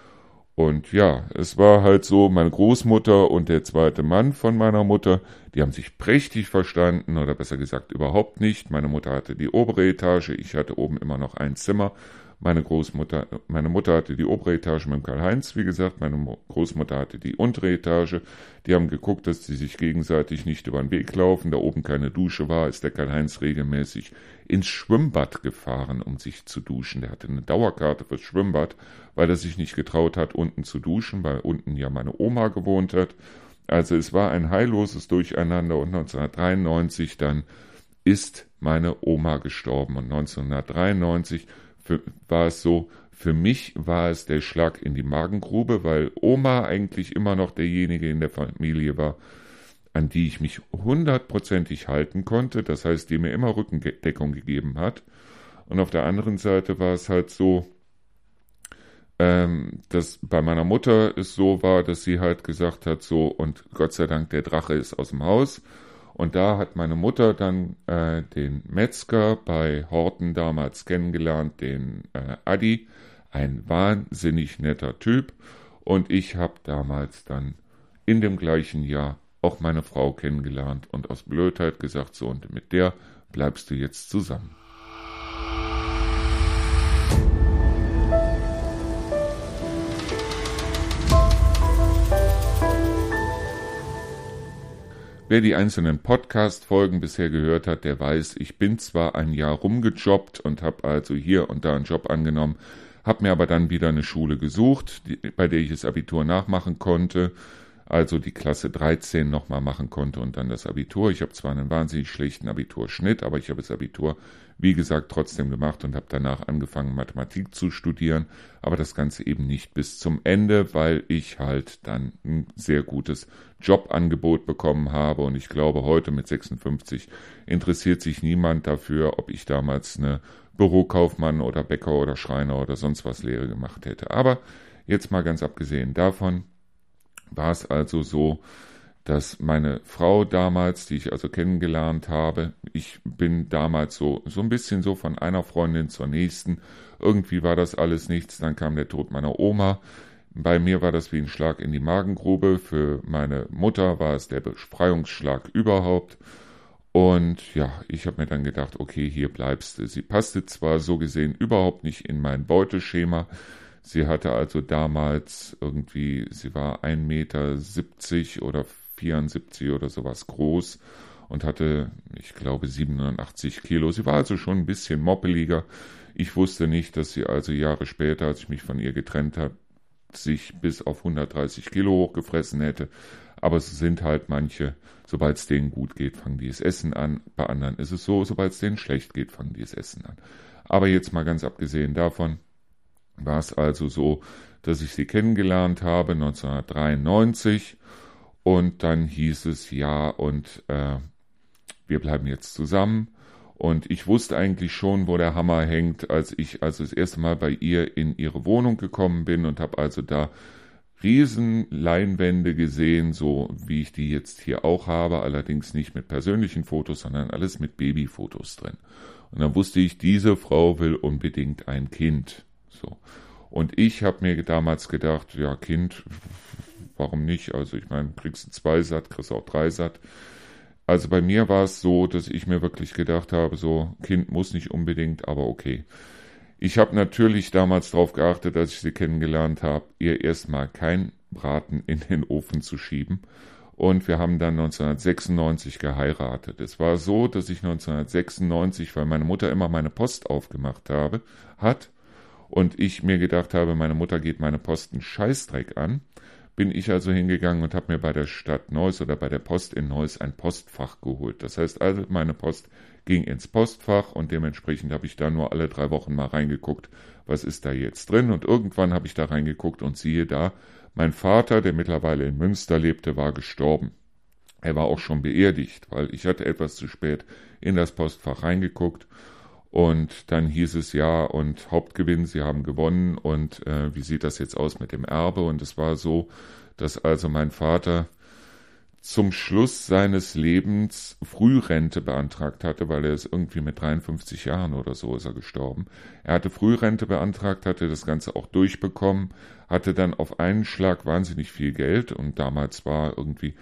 Und ja, es war halt so, meine Großmutter und der zweite Mann von meiner Mutter, die haben sich prächtig verstanden, oder besser gesagt überhaupt nicht. Meine Mutter hatte die obere Etage, ich hatte oben immer noch ein Zimmer. Meine Mutter hatte die obere Etage mit dem Karl-Heinz, wie gesagt, meine Großmutter hatte die untere Etage. Die haben geguckt, dass sie sich gegenseitig nicht über den Weg laufen. Da oben keine Dusche war, ist der Karl-Heinz regelmäßig ins Schwimmbad gefahren, um sich zu duschen. Der hatte eine Dauerkarte fürs Schwimmbad, weil er sich nicht getraut hat, unten zu duschen, weil unten ja meine Oma gewohnt hat. Also es war ein heilloses Durcheinander und 1993 dann ist meine Oma gestorben. Und 1993 war es so, für mich war es der Schlag in die Magengrube, weil Oma eigentlich immer noch derjenige in der Familie war, an die ich mich 100%ig halten konnte, das heißt, die mir immer Rückendeckung gegeben hat. Und auf der anderen Seite war es halt so, das bei meiner Mutter es so war, dass sie halt gesagt hat, so, und Gott sei Dank, der Drache ist aus dem Haus. Und da hat meine Mutter dann den Metzger bei Horten damals kennengelernt, den Adi, ein wahnsinnig netter Typ. Und ich habe damals dann in dem gleichen Jahr auch meine Frau kennengelernt und aus Blödheit gesagt, so, und mit der bleibst du jetzt zusammen. Wer die einzelnen Podcast-Folgen bisher gehört hat, der weiß, ich bin zwar ein Jahr rumgejobbt und habe also hier und da einen Job angenommen, habe mir aber dann wieder eine Schule gesucht, bei der ich das Abitur nachmachen konnte, also die Klasse 13 nochmal machen konnte und dann das Abitur. Ich habe zwar einen wahnsinnig schlechten Abiturschnitt, aber ich habe das Abitur, wie gesagt, trotzdem gemacht und habe danach angefangen, Mathematik zu studieren, aber das Ganze eben nicht bis zum Ende, weil ich halt dann ein sehr gutes Jobangebot bekommen habe und ich glaube, heute mit 56 interessiert sich niemand dafür, ob ich damals eine Bürokaufmann oder Bäcker oder Schreiner oder sonst was Lehre gemacht hätte. Aber jetzt mal ganz abgesehen davon, war es also so, dass meine Frau damals, die ich also kennengelernt habe, ich bin damals so ein bisschen so von einer Freundin zur nächsten, irgendwie war das alles nichts, dann kam der Tod meiner Oma, bei mir war das wie ein Schlag in die Magengrube, für meine Mutter war es der Befreiungsschlag überhaupt und ja, ich habe mir dann gedacht, okay, hier bleibst du. Sie passte zwar so gesehen überhaupt nicht in mein Beuteschema. Sie hatte also damals irgendwie, sie war 1,70 Meter oder 74 oder sowas groß und hatte, ich glaube, 87 Kilo. Sie war also schon ein bisschen moppeliger. Ich wusste nicht, dass sie also Jahre später, als ich mich von ihr getrennt habe, sich bis auf 130 Kilo hochgefressen hätte. Aber es sind halt manche, sobald es denen gut geht, fangen die das Essen an. Bei anderen ist es so, sobald es denen schlecht geht, fangen die das Essen an. Aber jetzt mal ganz abgesehen davon, war es also so, dass ich sie kennengelernt habe 1993 und dann hieß es ja und wir bleiben jetzt zusammen und ich wusste eigentlich schon, wo der Hammer hängt, als ich also das erste Mal bei ihr in ihre Wohnung gekommen bin und habe also da riesen Leinwände gesehen, so wie ich die jetzt hier auch habe, allerdings nicht mit persönlichen Fotos, sondern alles mit Babyfotos drin. Und dann wusste ich, diese Frau will unbedingt ein Kind. So. Und ich habe mir damals gedacht, ja, Kind, warum nicht? Also ich meine, kriegst du 2 satt, kriegst auch 3 satt. Also bei mir war es so, dass ich mir wirklich gedacht habe, so, Kind muss nicht unbedingt, aber okay. Ich habe natürlich damals darauf geachtet, als ich sie kennengelernt habe, ihr erstmal kein Braten in den Ofen zu schieben. Und wir haben dann 1996 geheiratet. Es war so, dass ich 1996, weil meine Mutter immer meine Post aufgemacht hat, und ich mir gedacht habe, meine Mutter geht meine Post einen Scheißdreck an, bin ich also hingegangen und habe mir bei der Stadt Neuss oder bei der Post in Neuss ein Postfach geholt. Das heißt also, meine Post ging ins Postfach und dementsprechend habe ich da nur alle 3 Wochen mal reingeguckt, was ist da jetzt drin. Und irgendwann habe ich da reingeguckt und siehe da, mein Vater, der mittlerweile in Münster lebte, war gestorben. Er war auch schon beerdigt, weil ich hatte etwas zu spät in das Postfach reingeguckt. Und dann hieß es ja, und Hauptgewinn, sie haben gewonnen und wie sieht das jetzt aus mit dem Erbe? Und es war so, dass also mein Vater zum Schluss seines Lebens Frührente beantragt hatte, weil er ist irgendwie mit 53 Jahren oder so ist er gestorben. Er hatte Frührente beantragt, hatte das Ganze auch durchbekommen, hatte dann auf einen Schlag wahnsinnig viel Geld und damals war irgendwie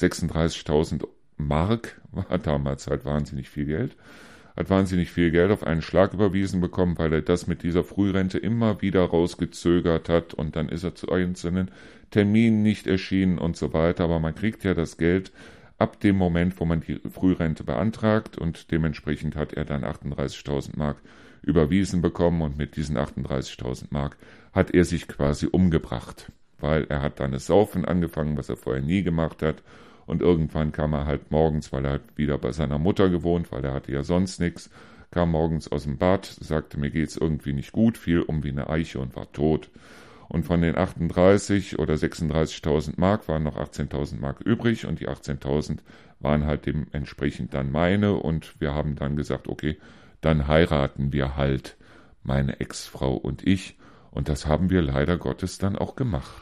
36.000 Mark, war damals halt wahnsinnig viel Geld. Hat wahnsinnig viel Geld auf einen Schlag überwiesen bekommen, weil er das mit dieser Frührente immer wieder rausgezögert hat und dann ist er zu einzelnen Terminen nicht erschienen und so weiter. Aber man kriegt ja das Geld ab dem Moment, wo man die Frührente beantragt und dementsprechend hat er dann 38.000 Mark überwiesen bekommen und mit diesen 38.000 Mark hat er sich quasi umgebracht, weil er hat dann das Saufen angefangen, was er vorher nie gemacht hat. Und irgendwann kam er halt morgens, weil er halt wieder bei seiner Mutter gewohnt, weil er hatte ja sonst nichts, kam morgens aus dem Bad, sagte, mir geht's irgendwie nicht gut, fiel um wie eine Eiche und war tot. Und von den 38 oder 36.000 Mark waren noch 18.000 Mark übrig und die 18.000 waren halt dementsprechend dann meine und wir haben dann gesagt, okay, dann heiraten wir halt, meine Ex-Frau und ich. Und das haben wir leider Gottes dann auch gemacht.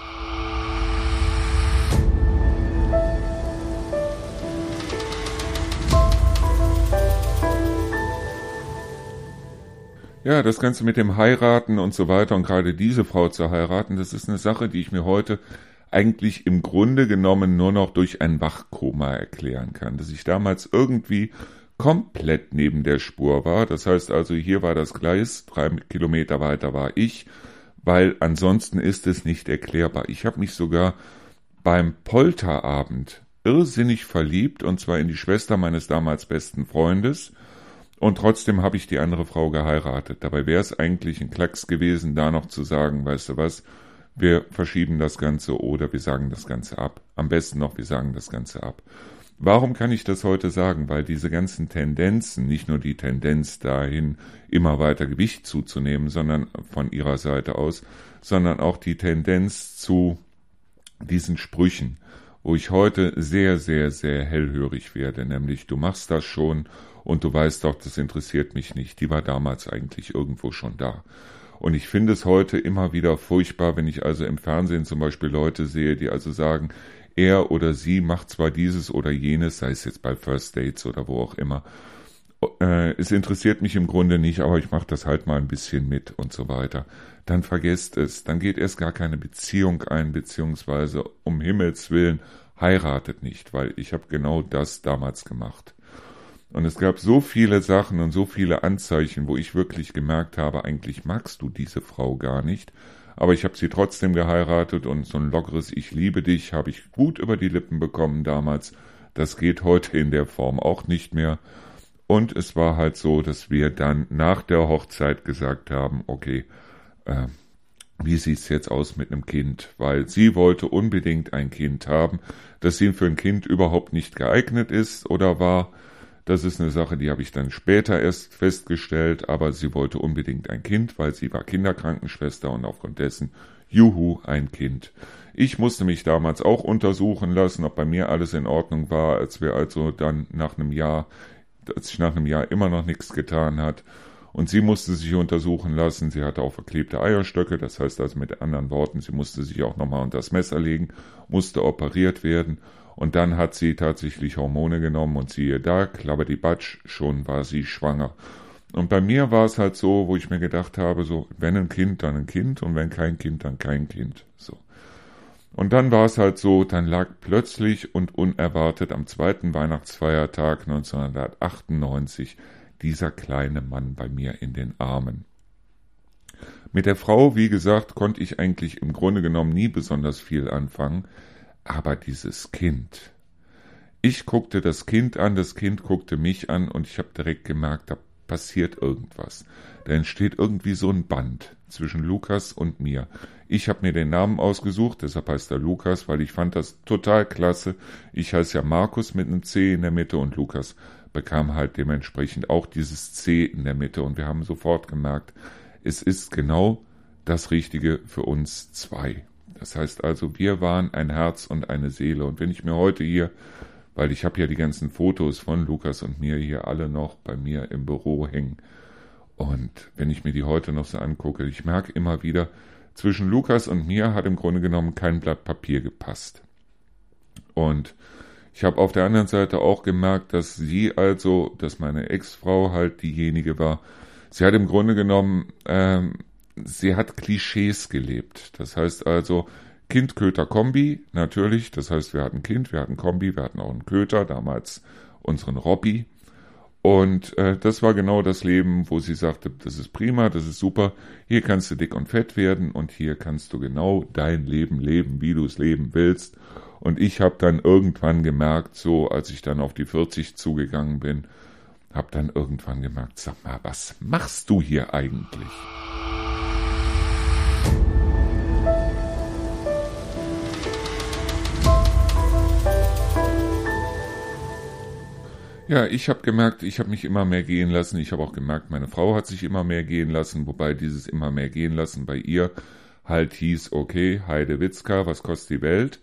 Ja, das Ganze mit dem Heiraten und so weiter und gerade diese Frau zu heiraten, das ist eine Sache, die ich mir heute eigentlich im Grunde genommen nur noch durch ein Wachkoma erklären kann, dass ich damals irgendwie komplett neben der Spur war. Das heißt also, hier war das Gleis, 3 Kilometer weiter war ich, weil ansonsten ist es nicht erklärbar. Ich habe mich sogar beim Polterabend irrsinnig verliebt, und zwar in die Schwester meines damals besten Freundes. Und trotzdem habe ich die andere Frau geheiratet. Dabei wäre es eigentlich ein Klacks gewesen, da noch zu sagen, weißt du was, wir verschieben das Ganze oder wir sagen das Ganze ab. Am besten noch, wir sagen das Ganze ab. Warum kann ich das heute sagen? Weil diese ganzen Tendenzen, nicht nur die Tendenz dahin, immer weiter Gewicht zuzunehmen, sondern von ihrer Seite aus, sondern auch die Tendenz zu diesen Sprüchen, wo ich heute sehr, sehr, sehr hellhörig werde, nämlich du machst das schon und du weißt doch, das interessiert mich nicht. Die war damals eigentlich irgendwo schon da. Und ich finde es heute immer wieder furchtbar, wenn ich also im Fernsehen zum Beispiel Leute sehe, die also sagen, er oder sie macht zwar dieses oder jenes, sei es jetzt bei First Dates oder wo auch immer, es interessiert mich im Grunde nicht, aber ich mache das halt mal ein bisschen mit und so weiter. Dann vergesst es, dann geht erst gar keine Beziehung ein, beziehungsweise um Himmels Willen heiratet nicht, weil ich habe genau das damals gemacht. Und es gab so viele Sachen und so viele Anzeichen, wo ich wirklich gemerkt habe, eigentlich magst du diese Frau gar nicht, aber ich habe sie trotzdem geheiratet und so ein lockeres Ich liebe dich habe ich gut über die Lippen bekommen damals. Das geht heute in der Form auch nicht mehr. Und es war halt so, dass wir dann nach der Hochzeit gesagt haben, okay, wie sieht's jetzt aus mit einem Kind? Weil sie wollte unbedingt ein Kind haben, dass sie für ein Kind überhaupt nicht geeignet ist oder war. Das ist eine Sache, die habe ich dann später erst festgestellt, aber sie wollte unbedingt ein Kind, weil sie war Kinderkrankenschwester und aufgrund dessen, juhu, ein Kind. Ich musste mich damals auch untersuchen lassen, ob bei mir alles in Ordnung war, als wir also dann als sich nach einem Jahr immer noch nichts getan hat. Und sie musste sich untersuchen lassen, sie hatte auch verklebte Eierstöcke, das heißt also mit anderen Worten, sie musste sich auch nochmal unter das Messer legen, musste operiert werden. Und dann hat sie tatsächlich Hormone genommen und siehe da, klabberdibatsch, schon war sie schwanger. Und bei mir war es halt so, wo ich mir gedacht habe, so, wenn ein Kind, dann ein Kind und wenn kein Kind, dann kein Kind. So. Und dann war es halt so, dann lag plötzlich und unerwartet am 2. Weihnachtsfeiertag 1998 dieser kleine Mann bei mir in den Armen. Mit der Frau, wie gesagt, konnte ich eigentlich im Grunde genommen nie besonders viel anfangen, aber dieses Kind. Ich guckte das Kind an, das Kind guckte mich an und ich habe direkt gemerkt, da passiert irgendwas. Da entsteht irgendwie so ein Band zwischen Lukas und mir. Ich habe mir den Namen ausgesucht, deshalb heißt er Lukas, weil ich fand das total klasse. Ich heiße ja Markus mit einem C in der Mitte und Lukas bekam halt dementsprechend auch dieses C in der Mitte und wir haben sofort gemerkt, es ist genau das Richtige für uns zwei. Das heißt also, wir waren ein Herz und eine Seele. Und wenn ich mir heute hier, weil ich habe ja die ganzen Fotos von Lukas und mir hier alle noch bei mir im Büro hängen, und wenn ich mir die heute noch so angucke, ich merke immer wieder, zwischen Lukas und mir hat im Grunde genommen kein Blatt Papier gepasst. Und ich habe auf der anderen Seite auch gemerkt, dass sie also, dass meine Ex-Frau halt diejenige war, sie hat im Grunde genommen, sie hat Klischees gelebt. Das heißt also, Kind-Köter-Kombi, natürlich. Das heißt, wir hatten Kind, wir hatten Kombi, wir hatten auch einen Köter, damals unseren Robby. Und das war genau das Leben, wo sie sagte, das ist prima, das ist super, hier kannst du dick und fett werden und hier kannst du genau dein Leben leben, wie du es leben willst. Und ich habe dann irgendwann gemerkt, so als ich dann auf die 40 zugegangen bin, habe dann irgendwann gemerkt, sag mal, was machst du hier eigentlich? Ja, ich habe gemerkt, ich habe mich immer mehr gehen lassen. Ich habe auch gemerkt, meine Frau hat sich immer mehr gehen lassen, wobei dieses immer mehr gehen lassen bei ihr halt hieß, okay, Heide Witzka, was kostet die Welt?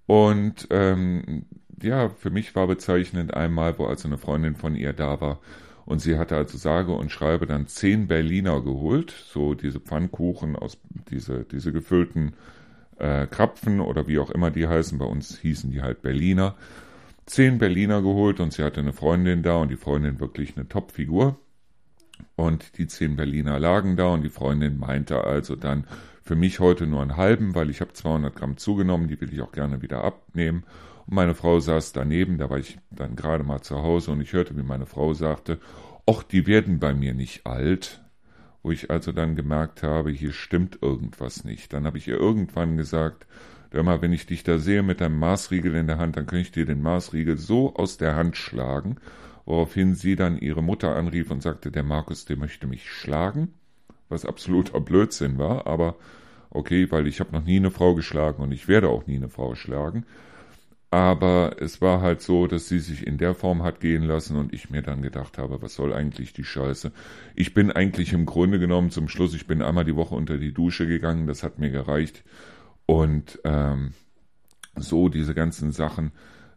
Und ja, für mich war bezeichnend einmal, wo also eine Freundin von ihr da war Und sie hatte also sage und schreibe dann 10 Berliner geholt, so diese Pfannkuchen aus diese gefüllten Krapfen oder wie auch immer die heißen. Bei uns hießen die halt Berliner. 10 Berliner geholt und sie hatte eine Freundin da und die Freundin wirklich eine Topfigur. Und die 10 Berliner lagen da und die Freundin meinte also dann für mich heute nur einen halben, weil ich habe 200 Gramm zugenommen, die will ich auch gerne wieder abnehmen. Und meine Frau saß daneben, da war ich dann gerade mal zu Hause und ich hörte, wie meine Frau sagte, ach, die werden bei mir nicht alt. Wo ich also dann gemerkt habe, hier stimmt irgendwas nicht. Dann habe ich ihr irgendwann gesagt, hör mal, wenn ich dich da sehe mit deinem Maßriegel in der Hand, dann könnte ich dir den Maßriegel so aus der Hand schlagen, woraufhin sie dann ihre Mutter anrief und sagte, der Markus, der möchte mich schlagen, was absoluter Blödsinn war, aber okay, weil ich habe noch nie eine Frau geschlagen und ich werde auch nie eine Frau schlagen. Aber es war halt so, dass sie sich in der Form hat gehen lassen und ich mir dann gedacht habe, was soll eigentlich die Scheiße? Ich bin eigentlich im Grunde genommen zum Schluss, ich bin einmal die Woche unter die Dusche gegangen, das hat mir gereicht. Und so diese ganzen Sachen,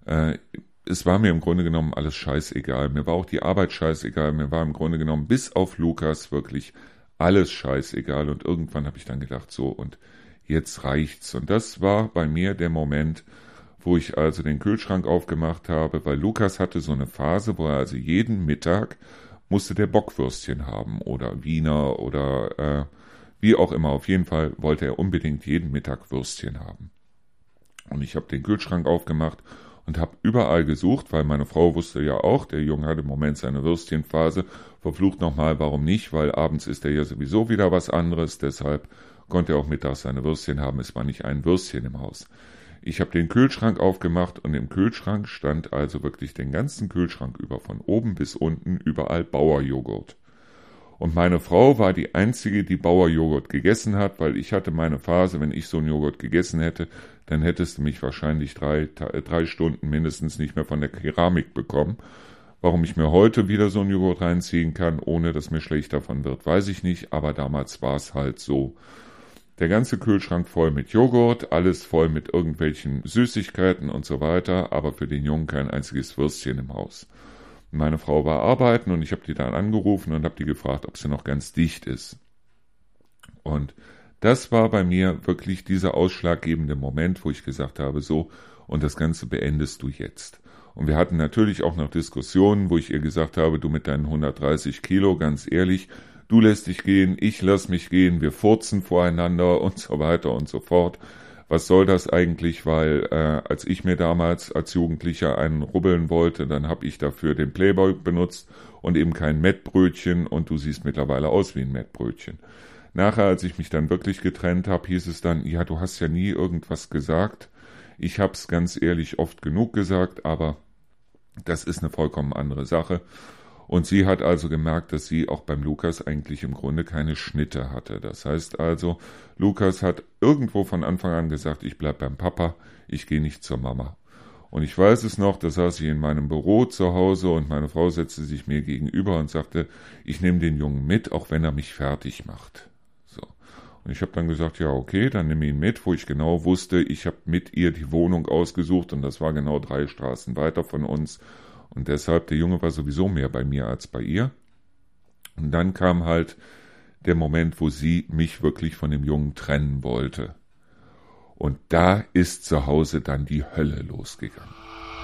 es war mir im Grunde genommen alles scheißegal. Mir war auch die Arbeit scheißegal, mir war im Grunde genommen bis auf Lukas wirklich alles scheißegal. Und irgendwann habe ich dann gedacht, so und jetzt reicht's. Und das war bei mir der Moment, wo ich also den Kühlschrank aufgemacht habe, weil Lukas hatte so eine Phase, wo er also jeden Mittag musste der Bockwürstchen haben oder Wiener oder wie auch immer. Auf jeden Fall wollte er unbedingt jeden Mittag Würstchen haben. Und ich habe den Kühlschrank aufgemacht und habe überall gesucht, weil meine Frau wusste ja auch, der Junge hat im Moment seine Würstchenphase. Verflucht nochmal, warum nicht? Weil abends ist er ja sowieso wieder was anderes. Deshalb konnte er auch mittags seine Würstchen haben. Es war nicht ein Würstchen im Haus. Ich habe den Kühlschrank aufgemacht und im Kühlschrank stand also wirklich den ganzen Kühlschrank über, von oben bis unten, überall Bauerjoghurt. Und meine Frau war die Einzige, die Bauerjoghurt gegessen hat, weil ich hatte meine Phase, wenn ich so einen Joghurt gegessen hätte, dann hättest du mich wahrscheinlich drei Stunden mindestens nicht mehr von der Keramik bekommen. Warum ich mir heute wieder so einen Joghurt reinziehen kann, ohne dass mir schlecht davon wird, weiß ich nicht, aber damals war es halt so. Der ganze Kühlschrank voll mit Joghurt, alles voll mit irgendwelchen Süßigkeiten und so weiter, aber für den Jungen kein einziges Würstchen im Haus. Meine Frau war arbeiten und ich habe die dann angerufen und habe die gefragt, ob sie noch ganz dicht ist. Und das war bei mir wirklich dieser ausschlaggebende Moment, wo ich gesagt habe, so, und das Ganze beendest du jetzt. Und wir hatten natürlich auch noch Diskussionen, wo ich ihr gesagt habe, du mit deinen 130 Kilo, ganz ehrlich, du lässt dich gehen, ich lass mich gehen, wir furzen voreinander und so weiter und so fort. Was soll das eigentlich, weil als ich mir damals als Jugendlicher einen rubbeln wollte, dann habe ich dafür den Playboy benutzt und eben kein Mettbrötchen und du siehst mittlerweile aus wie ein Mettbrötchen. Nachher, als ich mich dann wirklich getrennt habe, hieß es dann, ja, du hast ja nie irgendwas gesagt. Ich habe es ganz ehrlich oft genug gesagt, aber das ist eine vollkommen andere Sache. Und sie hat also gemerkt, dass sie auch beim Lukas eigentlich im Grunde keine Schnitte hatte. Das heißt also, Lukas hat irgendwo von Anfang an gesagt, ich bleib beim Papa, ich gehe nicht zur Mama. Und ich weiß es noch, da saß ich in meinem Büro zu Hause und meine Frau setzte sich mir gegenüber und sagte, ich nehme den Jungen mit, auch wenn er mich fertig macht. So. Und ich habe dann gesagt, ja okay, dann nehme ihn mit, wo ich genau wusste, ich habe mit ihr die Wohnung ausgesucht und das war genau 3 Straßen weiter von uns. Und deshalb, der Junge war sowieso mehr bei mir als bei ihr. Und dann kam halt der Moment, wo sie mich wirklich von dem Jungen trennen wollte. Und da ist zu Hause dann die Hölle losgegangen.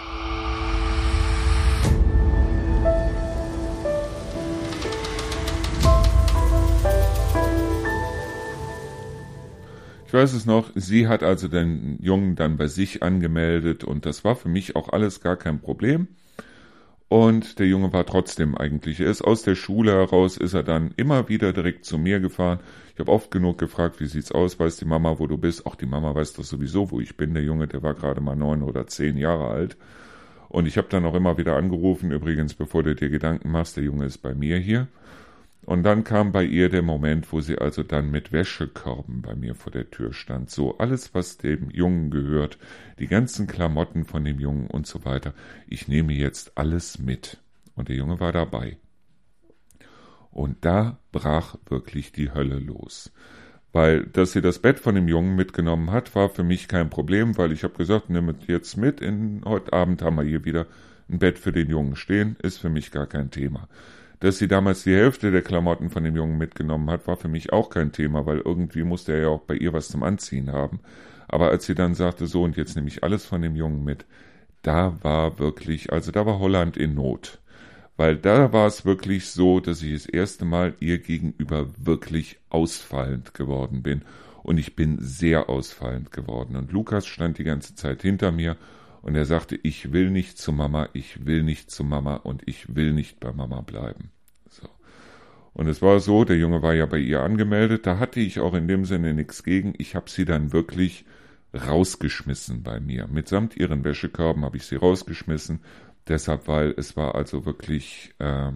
Ich weiß es noch, sie hat also den Jungen dann bei sich angemeldet und das war für mich auch alles gar kein Problem. Und der Junge war trotzdem eigentlich, er ist aus der Schule heraus, ist er dann immer wieder direkt zu mir gefahren. Ich habe oft genug gefragt, wie sieht's aus, weiß die Mama, wo du bist? Auch die Mama weiß doch sowieso, wo ich bin. Der Junge, der war gerade mal 9 oder 10 Jahre alt. Und ich habe dann auch immer wieder angerufen, übrigens, bevor du dir Gedanken machst, der Junge ist bei mir hier. Und dann kam bei ihr der Moment, wo sie also dann mit Wäschekörben bei mir vor der Tür stand. So alles, was dem Jungen gehört, die ganzen Klamotten von dem Jungen und so weiter. Ich nehme jetzt alles mit. Und der Junge war dabei. Und da brach wirklich die Hölle los. Weil, dass sie das Bett von dem Jungen mitgenommen hat, war für mich kein Problem, weil ich habe gesagt, nimm es jetzt mit. Heute Abend haben wir hier wieder ein Bett für den Jungen stehen, ist für mich gar kein Thema. Dass sie damals die Hälfte der Klamotten von dem Jungen mitgenommen hat, war für mich auch kein Thema, weil irgendwie musste er ja auch bei ihr was zum Anziehen haben. Aber als sie dann sagte, so und jetzt nehme ich alles von dem Jungen mit, da war wirklich, also da war Holland in Not. Weil da war es wirklich so, dass ich das erste Mal ihr gegenüber wirklich ausfallend geworden bin. Und ich bin sehr ausfallend geworden. Und Lukas stand die ganze Zeit hinter mir und er sagte, ich will nicht zu Mama, ich will nicht zu Mama und ich will nicht bei Mama bleiben. So. Und es war so, der Junge war ja bei ihr angemeldet, da hatte ich auch in dem Sinne nichts gegen. Ich habe sie dann wirklich rausgeschmissen bei mir. Mitsamt ihren Wäschekörben habe ich sie rausgeschmissen. Deshalb, weil es war also wirklich, da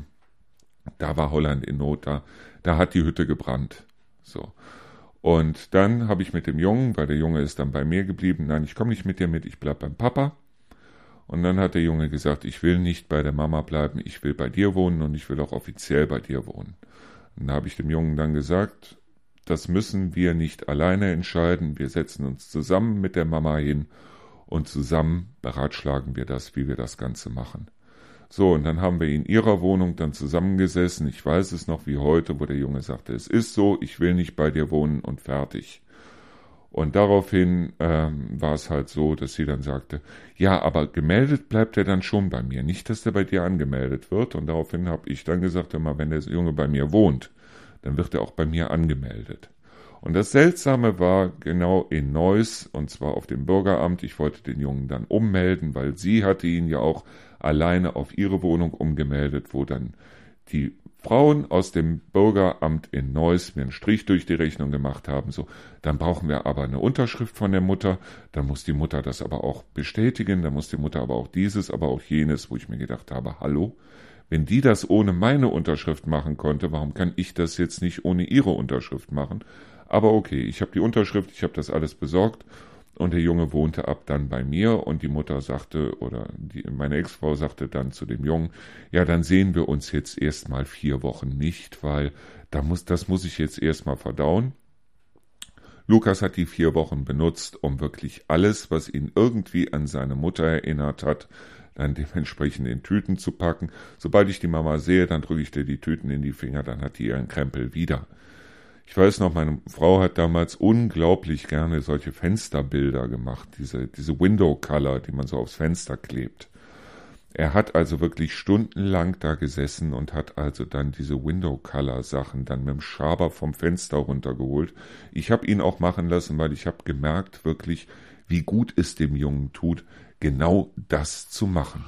war Holland in Not, da hat die Hütte gebrannt. So. Und dann habe ich mit dem Jungen, weil der Junge ist dann bei mir geblieben, nein, ich komme nicht mit dir mit, ich bleib beim Papa. Und dann hat der Junge gesagt, ich will nicht bei der Mama bleiben, ich will bei dir wohnen und ich will auch offiziell bei dir wohnen. Und da habe ich dem Jungen dann gesagt, das müssen wir nicht alleine entscheiden, wir setzen uns zusammen mit der Mama hin und zusammen beratschlagen wir das, wie wir das Ganze machen. So, und dann haben wir in ihrer Wohnung dann zusammengesessen, ich weiß es noch wie heute, wo der Junge sagte, es ist so, ich will nicht bei dir wohnen und fertig. Und daraufhin war es halt so, dass sie dann sagte, ja, aber gemeldet bleibt er dann schon bei mir, nicht, dass der bei dir angemeldet wird. Und daraufhin habe ich dann gesagt, immer wenn der Junge bei mir wohnt, dann wird er auch bei mir angemeldet. Und das Seltsame war genau in Neuss, und zwar auf dem Bürgeramt. Ich wollte den Jungen dann ummelden, weil sie hatte ihn ja auch alleine auf ihre Wohnung umgemeldet, wo dann die Frauen aus dem Bürgeramt in Neuss mir einen Strich durch die Rechnung gemacht haben. So, dann brauchen wir aber eine Unterschrift von der Mutter, dann muss die Mutter das aber auch bestätigen, dann muss die Mutter aber auch dieses, aber auch jenes, wo ich mir gedacht habe, hallo? Wenn die das ohne meine Unterschrift machen konnte, warum kann ich das jetzt nicht ohne ihre Unterschrift machen? Aber okay, ich habe die Unterschrift, ich habe das alles besorgt und der Junge wohnte ab dann bei mir und die Mutter sagte, oder meine Ex-Frau sagte dann zu dem Jungen, ja, dann sehen wir uns jetzt erstmal 4 Wochen nicht, weil das muss ich jetzt erstmal verdauen. Lukas hat die 4 Wochen benutzt, um wirklich alles, was ihn irgendwie an seine Mutter erinnert hat, dann dementsprechend in Tüten zu packen. Sobald ich die Mama sehe, dann drücke ich dir die Tüten in die Finger, dann hat die ihren Krempel wieder. Ich weiß noch, meine Frau hat damals unglaublich gerne solche Fensterbilder gemacht, diese Window Color, die man so aufs Fenster klebt. Er hat also wirklich stundenlang da gesessen und hat also dann diese Window Color Sachen dann mit dem Schaber vom Fenster runtergeholt. Ich habe ihn auch machen lassen, weil ich habe gemerkt wirklich, wie gut es dem Jungen tut, genau das zu machen.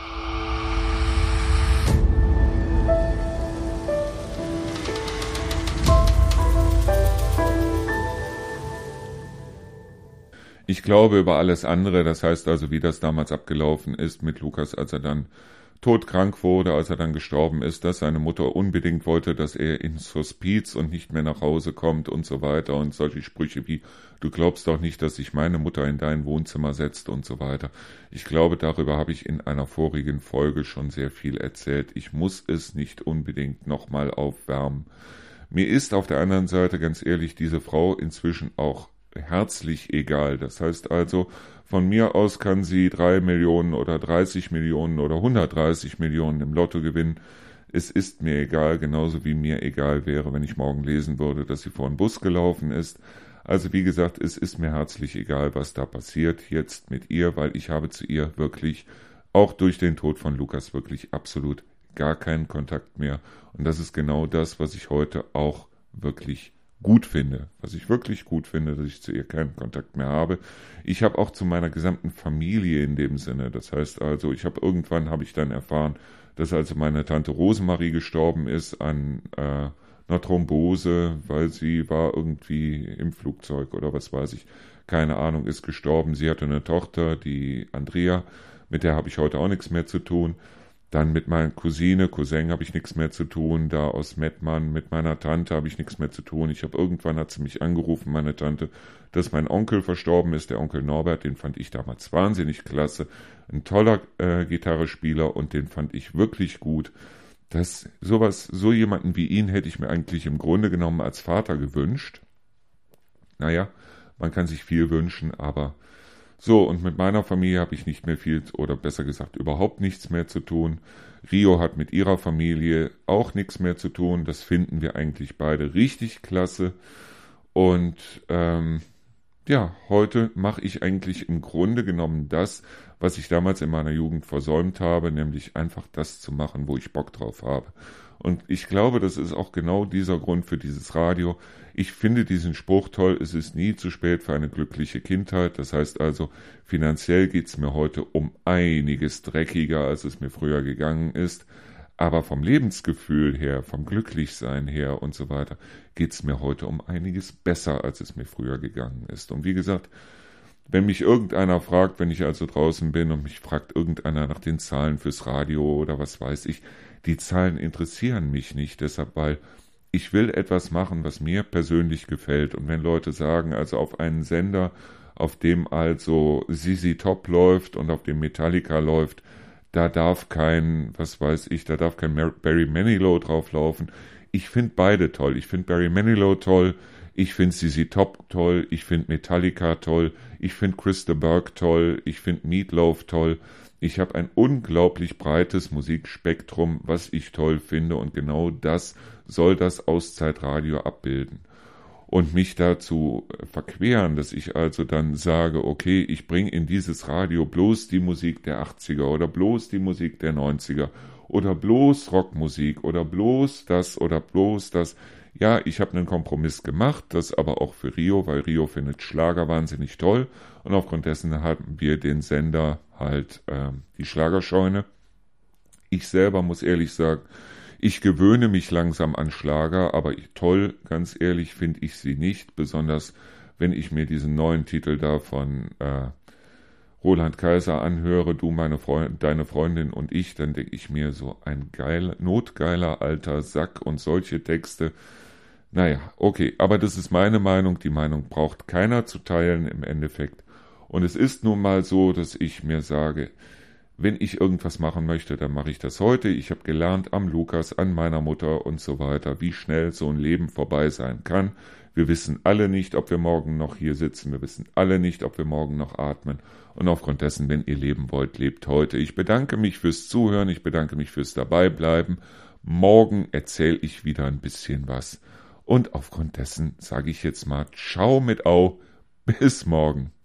Ich glaube über alles andere, das heißt also, wie das damals abgelaufen ist mit Lukas, als er dann todkrank wurde, als er dann gestorben ist, dass seine Mutter unbedingt wollte, dass er ins Hospiz und nicht mehr nach Hause kommt und so weiter und solche Sprüche wie, du glaubst doch nicht, dass sich meine Mutter in dein Wohnzimmer setzt und so weiter. Ich glaube, darüber habe ich in einer vorigen Folge schon sehr viel erzählt. Ich muss es nicht unbedingt nochmal aufwärmen. Mir ist auf der anderen Seite, ganz ehrlich, diese Frau inzwischen auch herzlich egal. Das heißt also, von mir aus kann sie 3 Millionen oder 30 Millionen oder 130 Millionen im Lotto gewinnen. Es ist mir egal, genauso wie mir egal wäre, wenn ich morgen lesen würde, dass sie vor einen Bus gelaufen ist. Also wie gesagt, es ist mir herzlich egal, was da passiert jetzt mit ihr, weil ich habe zu ihr wirklich, auch durch den Tod von Lukas, wirklich absolut gar keinen Kontakt mehr. Und das ist genau das, was ich heute auch wirklich gut finde, was ich wirklich gut finde, dass ich zu ihr keinen Kontakt mehr habe. Ich habe auch zu meiner gesamten Familie in dem Sinne, das heißt also, irgendwann habe ich dann erfahren, dass also meine Tante Rosemarie gestorben ist an einer Thrombose, weil sie war irgendwie im Flugzeug oder was weiß ich, keine Ahnung, ist gestorben. Sie hatte eine Tochter, die Andrea, mit der habe ich heute auch nichts mehr zu tun. Dann mit meiner Cousin habe ich nichts mehr zu tun, da aus Mettmann, mit meiner Tante habe ich nichts mehr zu tun. Irgendwann hat sie mich angerufen, meine Tante, dass mein Onkel verstorben ist, der Onkel Norbert, den fand ich damals wahnsinnig klasse, ein toller Gitarrespieler und den fand ich wirklich gut. So jemanden wie ihn hätte ich mir eigentlich im Grunde genommen als Vater gewünscht. Naja, man kann sich viel wünschen, aber So, und mit meiner Familie habe ich nicht mehr viel, oder besser gesagt überhaupt nichts mehr zu tun. Rio hat mit ihrer Familie auch nichts mehr zu tun. Das finden wir eigentlich beide richtig klasse. Und ja, heute mache ich eigentlich im Grunde genommen das, was ich damals in meiner Jugend versäumt habe, nämlich einfach das zu machen, wo ich Bock drauf habe. Und ich glaube, das ist auch genau dieser Grund für dieses Radio. Ich finde diesen Spruch toll, es ist nie zu spät für eine glückliche Kindheit. Das heißt also, finanziell geht's mir heute um einiges dreckiger, als es mir früher gegangen ist. Aber vom Lebensgefühl her, vom Glücklichsein her und so weiter, geht's mir heute um einiges besser, als es mir früher gegangen ist. Und wie gesagt, wenn mich irgendeiner fragt, wenn ich also draußen bin und mich fragt irgendeiner nach den Zahlen fürs Radio oder was weiß ich, die Zahlen interessieren mich nicht, deshalb, weil ich will etwas machen, was mir persönlich gefällt. Und wenn Leute sagen, also auf einen Sender, auf dem also ZZ Top läuft und auf dem Metallica läuft, da darf kein, was weiß ich, da darf kein Barry Manilow drauflaufen. Ich finde beide toll. Ich finde Barry Manilow toll. Ich finde ZZ Top toll. Ich finde Metallica toll. Ich finde Chris Burke toll. Ich finde Meatloaf toll. Ich habe ein unglaublich breites Musikspektrum, was ich toll finde. Und genau das soll das Auszeitradio abbilden. Und mich dazu verqueren, dass ich also dann sage, okay, ich bringe in dieses Radio bloß die Musik der 80er oder bloß die Musik der 90er oder bloß Rockmusik oder bloß das oder bloß das. Ja, ich habe einen Kompromiss gemacht, das aber auch für Rio, weil Rio findet Schlager wahnsinnig toll und aufgrund dessen haben wir den Sender halt die Schlagerscheune. Ich selber muss ehrlich sagen, ich gewöhne mich langsam an Schlager, aber toll, ganz ehrlich, finde ich sie nicht. Besonders, wenn ich mir diesen neuen Titel da von Roland Kaiser anhöre, du, deine Freundin und ich, dann denke ich mir so ein notgeiler alter Sack und solche Texte. Naja, okay, aber das ist meine Meinung. Die Meinung braucht keiner zu teilen im Endeffekt. Und es ist nun mal so, dass ich mir sage, wenn ich irgendwas machen möchte, dann mache ich das heute. Ich habe gelernt am Lukas, an meiner Mutter und so weiter, wie schnell so ein Leben vorbei sein kann. Wir wissen alle nicht, ob wir morgen noch hier sitzen. Wir wissen alle nicht, ob wir morgen noch atmen. Und aufgrund dessen, wenn ihr leben wollt, lebt heute. Ich bedanke mich fürs Zuhören. Ich bedanke mich fürs Dabeibleiben. Morgen erzähle ich wieder ein bisschen was. Und aufgrund dessen sage ich jetzt mal Ciao mit Au. Bis morgen.